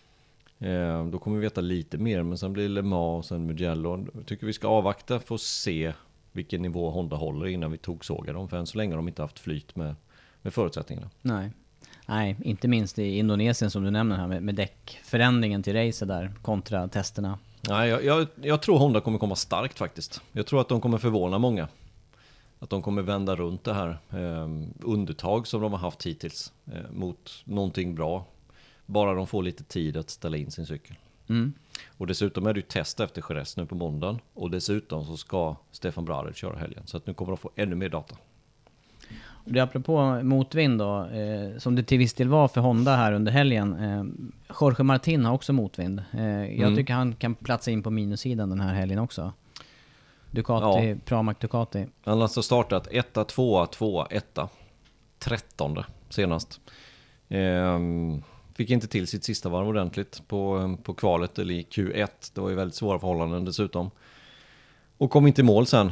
Då kommer vi veta lite mer, men sen blir Le Mans och sen Mugello. Jag tycker vi ska avvakta för att se vilken nivå Honda håller innan vi sågar dem, för än så länge har de inte haft flyt med förutsättningarna. Nej, inte minst i Indonesien som du nämner här med däckförändringen till race där kontra testerna. Nej, jag tror Honda kommer komma starkt faktiskt. Jag tror att de kommer förvåna många. Att de kommer vända runt det här undertag som de har haft hittills mot någonting bra. Bara de får lite tid att ställa in sin cykel. Och dessutom är det ju test efter Jerez nu på måndagen. Och dessutom så ska Stefan Bradl köra helgen. Så att nu kommer de få ännu mer data. Och det apropå motvind då, som det till viss del var för Honda här under helgen. Jorge Martin har också motvind. Jag tycker han kan platsa in på minussidan den här helgen också. Ducati, Pramac Ducati. Han har alltså startat 1, 2, 2, 1, 13 senast. Fick inte till sitt sista varv ordentligt på kvalet eller i Q1. Det var ju väldigt svåra förhållanden dessutom. Och kom inte i mål sen.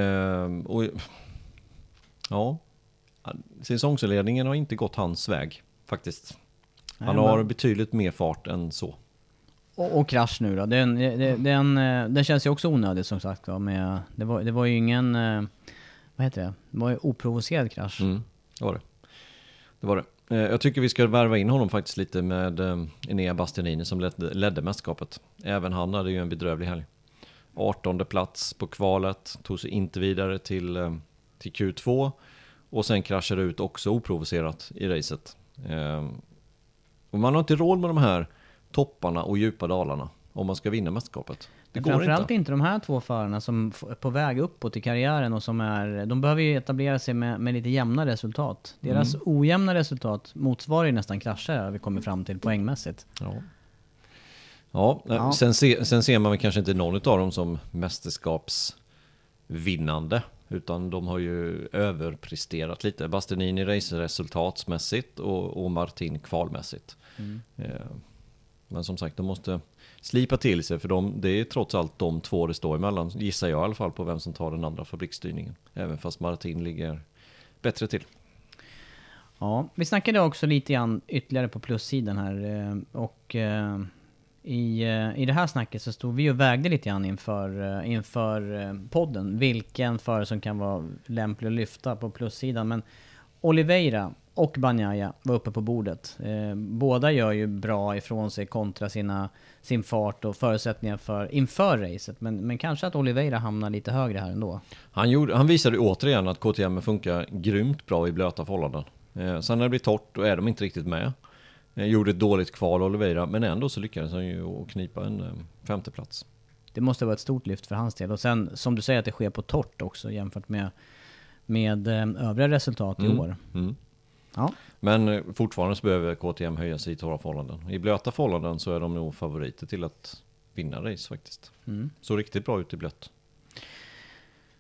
Säsongsledningen har inte gått hans väg faktiskt. Han har betydligt mer fart än så. Och krasch nu då. Den känns ju också onödig som sagt. Det var ju ingen, vad heter det? Det var ju oprovocerad krasch. Det var det. Jag tycker vi ska värva in honom faktiskt lite med Enea Bastianini som ledde mästerskapet. Även han hade ju en bedrövlig helg. 18:e plats på kvalet, tog sig inte vidare till Q2 och sen kraschade ut också oprovocerat i racet. Och man har inte råd med de här topparna och djupa dalarna om man ska vinna mästerskapet. Det går framförallt inte de här två förarna som är på väg uppåt i karriären och de behöver ju etablera sig med lite jämna resultat. Deras ojämna resultat motsvarar ju nästan krascher vi kommer fram till poängmässigt. Ja. Sen ser man väl kanske inte någon av dem som mästerskapsvinnande, utan de har ju överpresterat lite. Bastianini race-resultatsmässigt och Martin kvalmässigt. Men som sagt, de måste slipa till sig, för det är trots allt de två det står emellan, gissar jag i alla fall, på vem som tar den andra fabriksstyrningen. Även fast Martin ligger bättre till. Ja, vi snackade också lite grann ytterligare på plussidan här. Och i det här snacket så stod vi och vägde lite grann inför podden. Vilken förare som kan vara lämplig att lyfta på plussidan. Men Oliveira och Bagnaia var uppe på bordet. Båda gör ju bra ifrån sig kontra sin fart och förutsättningar inför racet. Men kanske att Oliveira hamnar lite högre här ändå. Han visade återigen att KTM funkar grymt bra i blöta förhållanden. Sen när det blir torrt, då är de inte riktigt med. Gjorde ett dåligt kval Oliveira, men ändå så lyckades han ju att knipa en 5:e plats. Det måste vara ett stort lyft för hans del. Och sen, som du säger, att det sker på torrt också jämfört med övriga resultat i år. Ja. Men fortfarande så behöver KTM höja sig i torra förhållanden. I blöta förhållanden så är de nog favoriter till att vinna race faktiskt. Så riktigt bra ut i blött.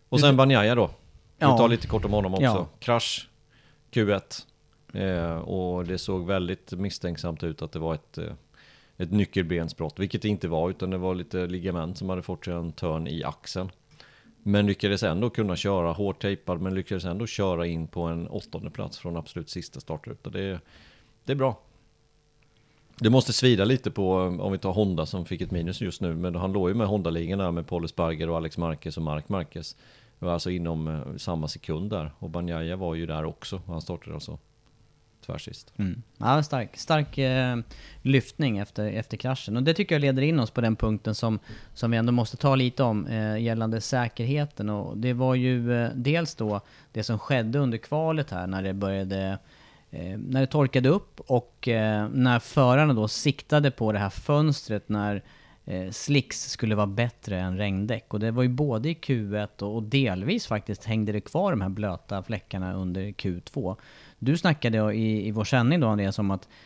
Och sen Bagnaia då. Vi Ja. tar lite kort om honom också. Ja. Krasch, Q1. Och det såg väldigt misstänksamt ut att det var ett nyckelbensbrott. Vilket det inte var, utan det var lite ligament som hade fått sig en törn i axeln. Men lyckades ändå kunna köra hårt tejpad, men lyckades ändå köra in på en 8:e plats från absolut sista startruta. Det är bra. Det måste svida lite på, om vi tar Honda som fick ett minus just nu, men han låg ju med Honda-ligan där med Paul Esparger och Alex Marquez och Marc Marquez. Det var alltså inom samma sekund där. Och Bagnaia var ju där också. Han startade alltså tvärsist. Ja, stark lyftning efter kraschen. Och det tycker jag leder in oss på den punkten som vi ändå måste ta lite om gällande säkerheten. Och det var ju dels då det som skedde under kvalet här när det började när det torkade upp och när förarna då siktade på det här fönstret när slicks skulle vara bättre än regndäck. Och det var ju både i Q1 och delvis faktiskt hängde det kvar de här blöta fläckarna under Q2. Du snackade i vår sändning då, Andreas, om att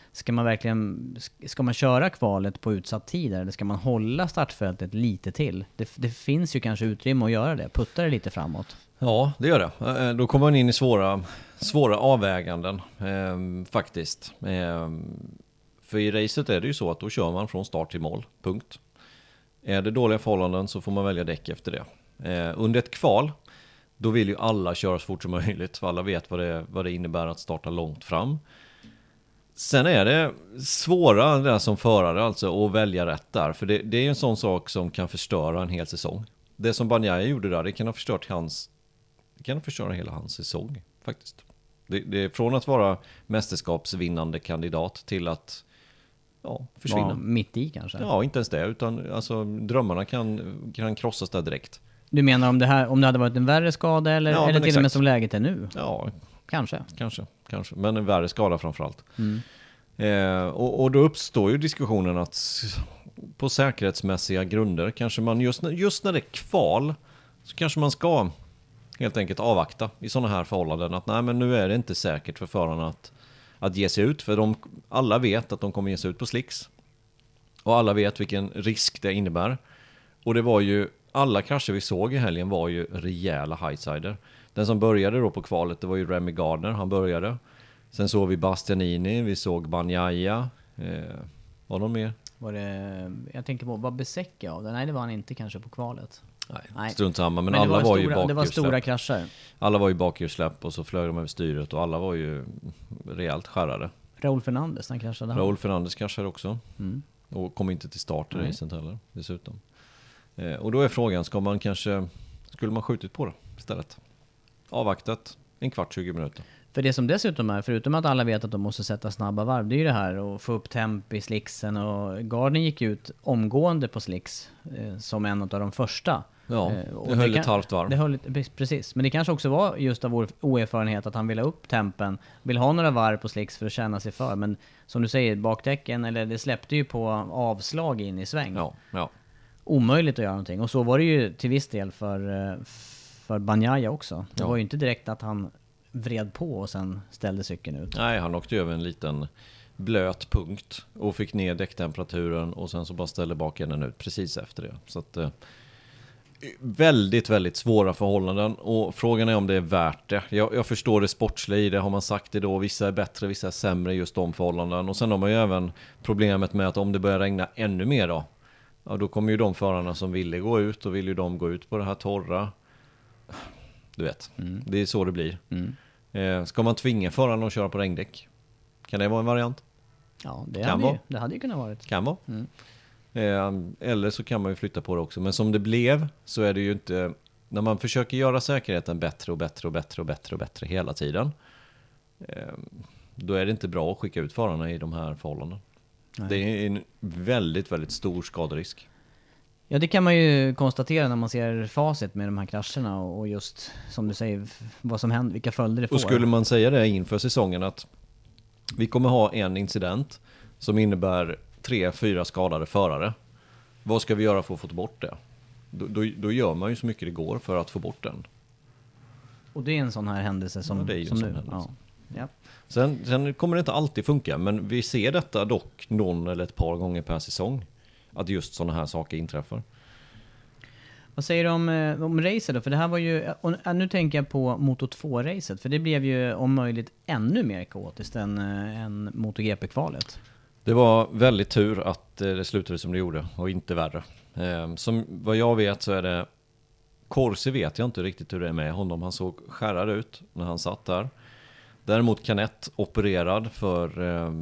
ska man köra kvalet på utsatt tid eller ska man hålla startfältet lite till? Det finns ju kanske utrymme att göra det, putta det lite framåt. Ja, det gör det. Då kommer man in i svåra avväganden faktiskt. För i racet är det ju så att då kör man från start till mål, punkt. Är det dåliga förhållanden så får man välja däck efter det. Under ett kval, då vill ju alla köra så fort som möjligt, för alla vet vad det innebär att starta långt fram. Sen är det svåra där som förare alltså att välja rätt där, för det är en sån sak som kan förstöra en hel säsong. Det som Bagnaia gjorde där, det kan ha förstöra hela hans säsong faktiskt. Det är från att vara mästerskapsvinnande kandidat till att försvinna. Ja, mitt i kanske? Ja, inte ens det, utan alltså, drömmarna kan krossas där direkt. Du menar om det hade varit en värre skada eller till och med som läget är nu? Ja, Kanske. Men en värre skada framförallt. Och då uppstår ju diskussionen att på säkerhetsmässiga grunder kanske man just när det är kval så kanske man ska helt enkelt avvakta i sådana här förhållanden att nej, men nu är det inte säkert för förarna att ge sig ut, för alla vet att de kommer ge sig ut på slicks och alla vet vilken risk det innebär. Och det var ju alla krascher vi såg i helgen var ju rejäla highsider. Den som började då på kvalet, det var ju Remy Gardner, han började. Sen såg vi Bastianini, vi såg Bagnaia. Var någon mer? Jag tänker på, var Bezzecchi av det? Nej, det var han inte kanske på kvalet. Nej. Strunt samma, men alla var ju bakhjulssläpp. Det var stora krascher. Alla var ju bakhjulssläpp och så flög de över styret och alla var ju rejält skärrade. Raúl Fernández, han kraschade. Raúl Fernández kraschade också. Och kom inte till start i racet heller, dessutom. Och då är frågan, skulle man skjutit på det istället? Avvaktat en kvart, 20 minuter. För det som dessutom är, förutom att alla vet att de måste sätta snabba varv, det är ju det här att få upp temp i slicksen, och Gardner gick ut omgående på slicks som en av de första. Ja, det höll ett halvt varv. Precis, men det kanske också var just av vår oerfarenhet att han ville ha upp tempen, vill ha några varv på slicks för att känna sig för, men som du säger, bakdäcken, eller det släppte ju på avslag in i sväng. Ja. Omöjligt att göra någonting, och så var det ju till viss del för Bagnaia också. Det var ju inte direkt att han vred på och sen ställde cykeln ut. Nej, han åkte över en liten blöt punkt och fick ner däcktemperaturen och sen så bara ställde bakänden ut precis efter det. Så att väldigt, väldigt svåra förhållanden, och frågan är om det är värt det. Jag förstår det sportsliga i det, har man sagt det då. Vissa är bättre, vissa är sämre just de förhållanden. Och sen har man ju även problemet med att om det börjar regna ännu mer då kommer ju de förarna som ville gå ut, och vill ju de gå ut på det här torra. Du vet, det är så det blir. Ska man tvinga förarna att köra på regndäck? Kan det vara en variant? Ja, det hade ju kunnat vara. Kan vara. Eller så kan man ju flytta på det också. Men som det blev så är det ju inte... När man försöker göra säkerheten bättre och bättre och bättre och bättre och bättre hela tiden, då är det inte bra att skicka ut förarna i de här förhållandena. Nej. Det är en väldigt, väldigt stor skaderisk. Ja, det kan man ju konstatera när man ser facit med de här krascherna och just, som du säger, vad som händer, vilka följder det får. Och skulle man säga det inför säsongen att vi kommer ha en incident som innebär 3-4 skadade förare, vad ska vi göra för att få bort det? Då gör man ju så mycket det går för att få bort den. Och det är en sån här händelse som, det är ju som en nu. sån händelse. Ja. Sen kommer det inte alltid funka, men vi ser detta dock någon eller ett par gånger per säsong, att just sådana här saker inträffar. Vad säger du om racet då? För det här var ju, och nu tänker jag på Moto 2-racet, för det blev ju om möjligt ännu mer kaotiskt än MotoGP-kvalet. Det var väldigt tur att det slutade som det gjorde och inte värre. Som vad jag vet så är det Corsi, vet jag inte riktigt hur det är med honom. Han såg skärrad ut när han satt där. Däremot Canet opererad för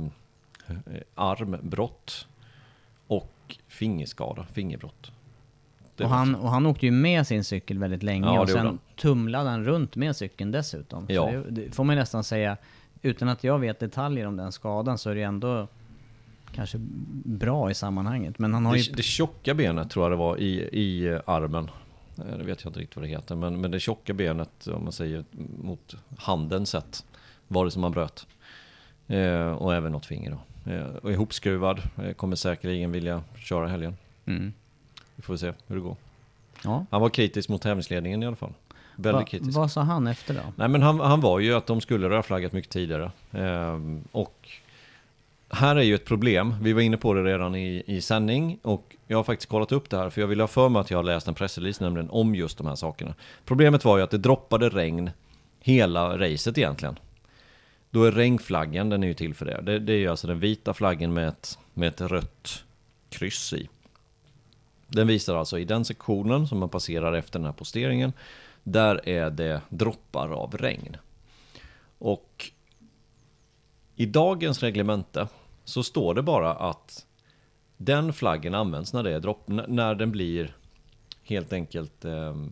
armbrott och fingerbrott. Och han åkte ju med sin cykel väldigt länge, ja, och sen tumlade han runt med cykeln dessutom. Ja. Så det får man nästan säga, utan att jag vet detaljer om den skadan, så är det ändå kanske bra i sammanhanget. Men han har det tjocka benet tror jag det var i armen. Det vet jag inte riktigt vad det heter. Men det tjocka benet, om man säger mot handen sett, var det som man bröt. Och även något finger då. Och ihopskruvad, kommer säkerligen vilja köra helgen. Vi får se hur det går. Ja. Han var kritisk mot tävlingsledningen i alla fall. Väldigt kritisk. Vad sa han efter då? Nej, men han var ju att de skulle rödflaggat mycket tidigare. Och här är ju ett problem. Vi var inne på det redan i sändning, och jag har faktiskt kollat upp det här, för jag vill ha för mig att jag har läst en pressrelease nämligen om just de här sakerna. Problemet var ju att det droppade regn hela racet egentligen. Då är regnflaggen, den är ju till för det. Det är ju alltså den vita flaggen med ett rött kryss i. Den visar alltså i den sektionen som man passerar efter den här posteringen, där är det droppar av regn. Och i dagens reglemente så står det bara att den flaggen används när det är när den blir helt enkelt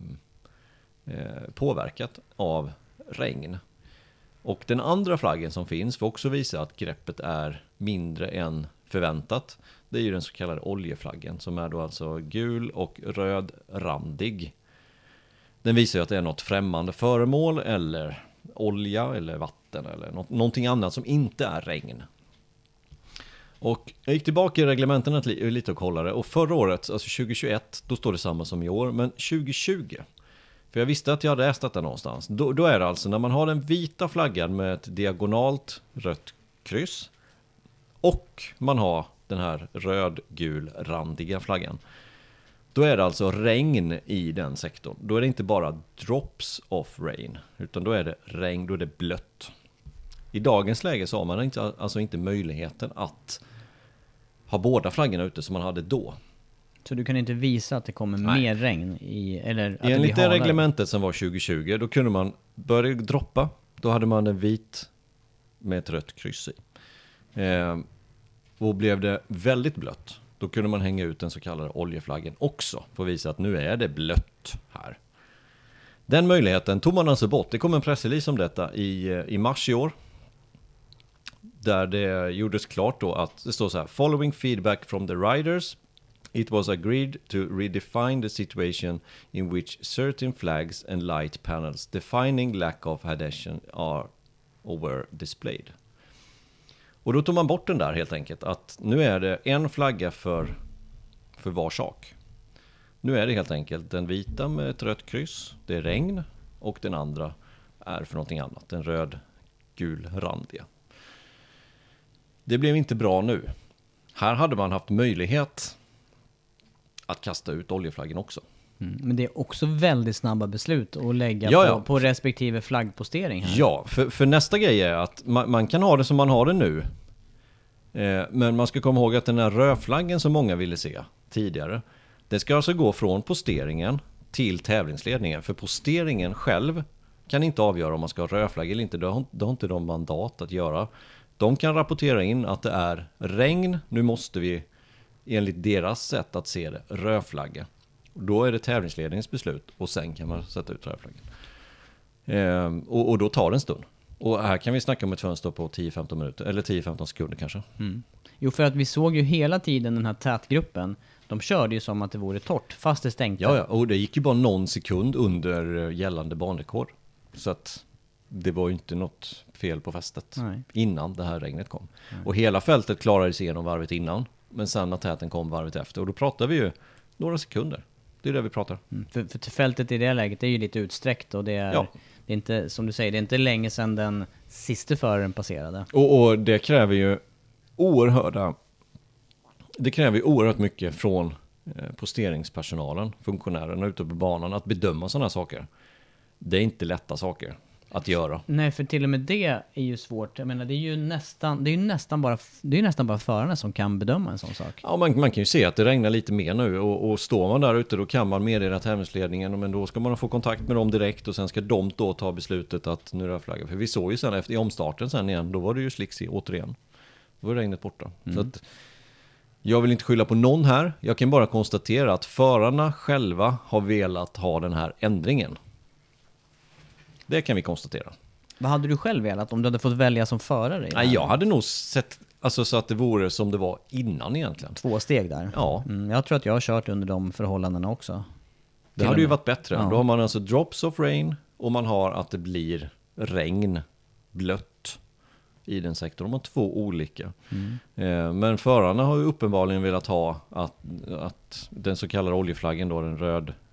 påverkat av regn. Och den andra flaggen som finns får också visa att greppet är mindre än förväntat. Det är ju den så kallade oljeflaggen, som är då alltså gul och röd randig. Den visar ju att det är något främmande föremål eller olja eller vatten eller någonting annat som inte är regn. Och jag gick tillbaka i reglementen lite och kollade, och förra året, alltså 2021, då står det samma som i år, men 2020, för jag visste att jag hade läst detta någonstans, då är det alltså när man har den vita flaggan med ett diagonalt rött kryss och man har den här röd-gul-randiga flaggan, då är det alltså regn i den sektorn. Då är det inte bara drops of rain, utan då är det regn, då är det blött. I dagens läge så har man inte möjligheten att ha båda flaggorna ute som man hade då. Så du kan inte visa att det kommer mer regn i, eller att enligt det reglementet som var 2020, då kunde man börja droppa. Då hade man en vit med ett rött kryss i. Och blev det väldigt blött, då kunde man hänga ut den så kallade oljeflaggen också för att visa att nu är det blött här. Den möjligheten tog man alltså bort. Det kom en pressrelease om detta i mars i år, där det gjordes klart då att det står så här: following feedback from the riders, it was agreed to redefine the situation in which certain flags and light panels defining lack of adhesion are or were displayed. Och då tog man bort den där helt enkelt, att nu är det en flagga för var sak. Nu är det helt enkelt den vita med ett rött kryss, det är regn, och den andra är för någonting annat, den röd-gul randiga. Det blev inte bra nu. Här hade man haft möjlighet att kasta ut oljeflaggen också. Men det är också väldigt snabba beslut att lägga på respektive flaggpostering här. Ja, för nästa grej är att man kan ha det som man har det nu. Men man ska komma ihåg att den här rödflaggen som många ville se tidigare, det ska alltså gå från posteringen till tävlingsledningen. För posteringen själv kan inte avgöra om man ska ha rödflagg eller inte. Det har inte de mandat att göra. De kan rapportera in att det är regn. Nu måste vi, enligt deras sätt att se det, rödflagga. Då är det tävlingsledningens beslut, och sen kan man sätta ut rödflaggen. Och då tar det en stund. Och här kan vi snacka om ett fönster på 10-15 minuter, eller 10-15 sekunder kanske. Jo, för att vi såg ju hela tiden den här tätgruppen. De körde ju som att det vore torrt, fast det stänkte. Ja, och det gick ju bara någon sekund under gällande banrekord. Så att det var ju inte något fel på fästet innan det här regnet kom. Och hela fältet klarade sig igenom varvet innan, men sen när täten kom varvet efter. Och då pratar vi ju några sekunder. Det är det vi pratar. För fältet i det läget är ju lite utsträckt, och det är inte, som du säger, det är inte länge sedan den sista föraren passerade. Och det kräver ju oerhört mycket från posteringspersonalen, funktionärerna ute på banan, att bedöma sådana här saker. Det är inte lätta saker att göra. Nej, för till och med det är ju svårt. Jag menar, det är ju nästan bara förarna som kan bedöma en sån sak. Ja, man kan ju se att det regnar lite mer nu och står man där ute då kan man meddela tävlingsledningen, men då ska man få kontakt med dem direkt och sen ska de då ta beslutet att nu är det flagga. För vi såg ju sen efter i omstarten sen igen, då var det ju slicksig återigen. Då var regnet borta. Så att jag vill inte skylla på någon här. Jag kan bara konstatera att förarna själva har velat ha den här ändringen. Det kan vi konstatera. Vad hade du själv velat om du hade fått välja som förare? Nej, jag hade nog sett så att det vore som det var innan egentligen. 2 steg där. Ja. Jag tror att jag har kört under de förhållandena också. Det hade ju varit bättre. Ja. Då har man alltså drops of rain och man har att det blir regn, blött i den sektorn. De har 2 olika. Men förarna har ju uppenbarligen velat ha att den så kallade oljeflaggen då, den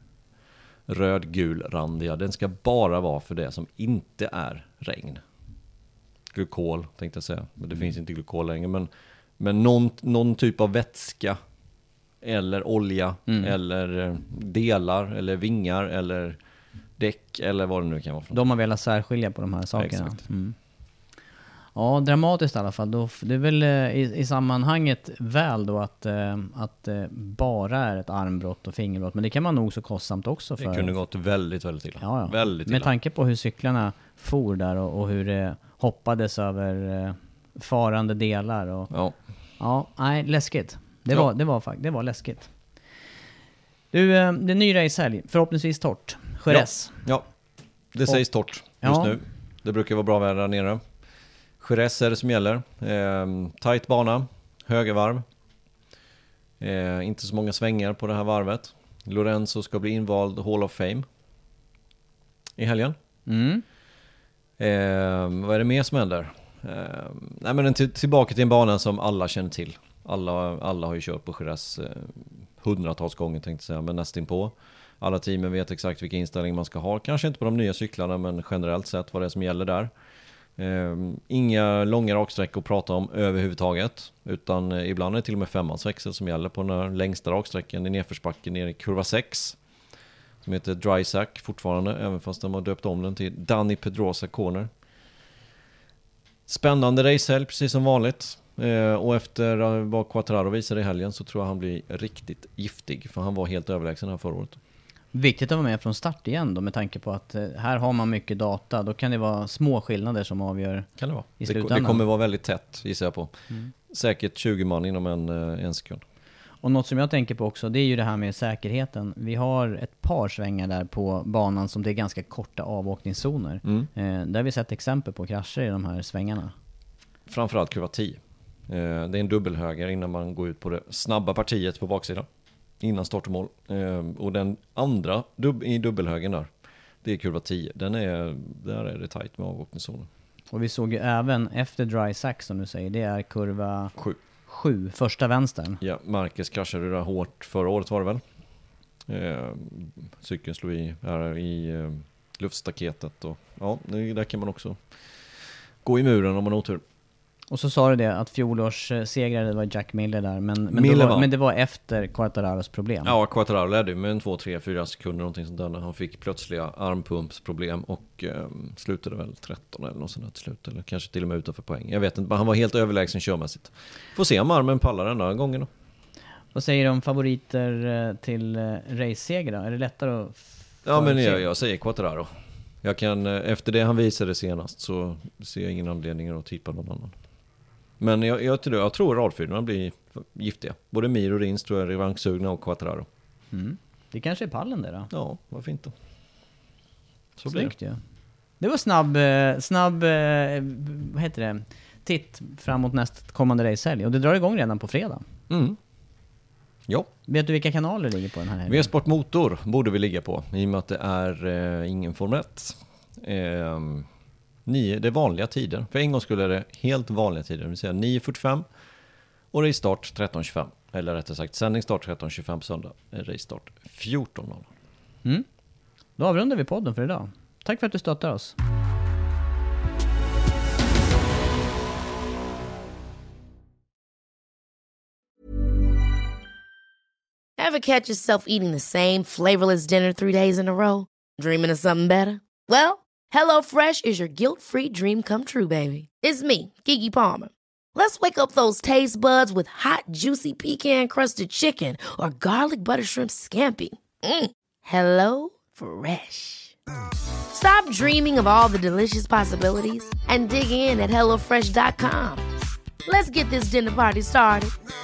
röd-gul-randiga, den ska bara vara för det som inte är regn. Glykol tänkte jag säga, men det finns inte glykol längre. Men någon typ av vätska eller olja eller delar eller vingar eller däck eller vad det nu kan vara. De har velat särskilja på de här sakerna. Exakt. Ja, dramatiskt i alla fall. Det är väl i sammanhanget väl då att bara är ett armbrott och fingerbrott. Men det kan man nog så kostsamt också. Det kunde gått väldigt, väldigt illa. Ja. Väldigt illa. Med tanke på hur cyklarna for där och hur det hoppades över farande delar. Och, nej, läskigt. Det var läskigt. Du, det är ny racehelg. Förhoppningsvis torrt. Jerez. Ja, det sägs torrt just nu. Det brukar vara bra väder där nere. Jerez är det som gäller. Tight bana, högervarv. Inte så många svängar på det här varvet. Lorenzo ska bli invald Hall of Fame i helgen. Vad är det mer som händer? Nej, men tillbaka till en bana som alla känner till. Alla har ju kört på Jerez hundratals gånger tänkte jag säga, men nästan på. Alla teamen vet exakt vilka inställningar man ska ha. Kanske inte på de nya cyklarna, men generellt sett vad det är som gäller där. Inga långa raksträckor att prata om överhuvudtaget, utan ibland är det till och med 5-växel som gäller på den här längsta raksträckan i nedförsbacken nere i kurva 6 som heter Dry Sack fortfarande, även fast de har döpt om den till Dani Pedrosa Corner. Spännande racehelg precis som vanligt, och efter vad Quartararo visade i helgen så tror jag han blir riktigt giftig, för han var helt överlägsen här förra året. Viktigt att vara med från start igen då, med tanke på att här har man mycket data. Då kan det vara små skillnader som avgör kan det vara. I slutändan. Det kommer vara väldigt tätt, gissar jag på. Säkert 20 man inom en sekund. Och något som jag tänker på också, det är ju det här med säkerheten. Vi har ett par svängar där på banan som det är ganska korta avåkningszoner. Där har vi sett exempel på krascher i de här svängarna. Framförallt kurva 10. Det är en dubbelhöger innan man går ut på det snabba partiet på baksidan. Innan start och mål. Och den andra i dubbelhögen där, det är kurva 10. Där är det tajt med avåkningszonen. Och vi såg ju även efter Dry Sack som du säger, det är kurva 7, första vänstern. Ja, Marquez kraschade där hårt förra året var det väl. Cykeln slog i här i luftstaketet. Och, ja, där kan man också gå i muren om man har otur. Och så sa du det att fjolårs segrare var Jack Miller där, men det var efter Quartararos problem. Ja, Quartararo ledde med 2, 3, 4 sekunder någonting sånt där när han fick plötsliga armpumpsproblem och slutade väl 13 eller något sånt där till slut, eller kanske till och med utanför poäng. Jag vet inte, men han var helt överlägsen körmässigt. Får se om armen pallar den där gången då. Vad säger du om favoriter till race-seger då? Är det lättare att Ja, men jag säger Quartararo. Jag kan, efter det han visade senast så ser jag ingen anledning att tippa någon annan. Men jag tror radfyrorna blir giftiga. Både Mir och Rins tror jag är revanschsugna och Quartararo. Det kanske är pallen det då? Ja, varför inte? Så snyggt ju. Ja. Det var snabb vad heter det? Titt framåt nästkommande racehelg. Och det drar igång redan på fredag. Ja. Vet du vilka kanaler ligger på den här helgen? V-Sport Motor borde vi ligga på, i och med att det är ingen Formel 1. Det är vanliga tider. För en gång skulle det helt vanliga tider. Det vill säga 9.45 och racestart 13.25. Eller rättare sagt sändningsstart 13.25 på söndag. Racestart 14.00. Då avrundar vi podden för idag. Tack för att du stöttar oss. Ever catch yourself eating the same flavorless dinner 3 days in a row? Dreaming of something better? Well, HelloFresh is your guilt-free dream come true, baby. It's me, Keke Palmer. Let's wake up those taste buds with hot, juicy pecan-crusted chicken or garlic butter shrimp scampi. Hello Fresh. Stop dreaming of all the delicious possibilities and dig in at HelloFresh.com. Let's get this dinner party started.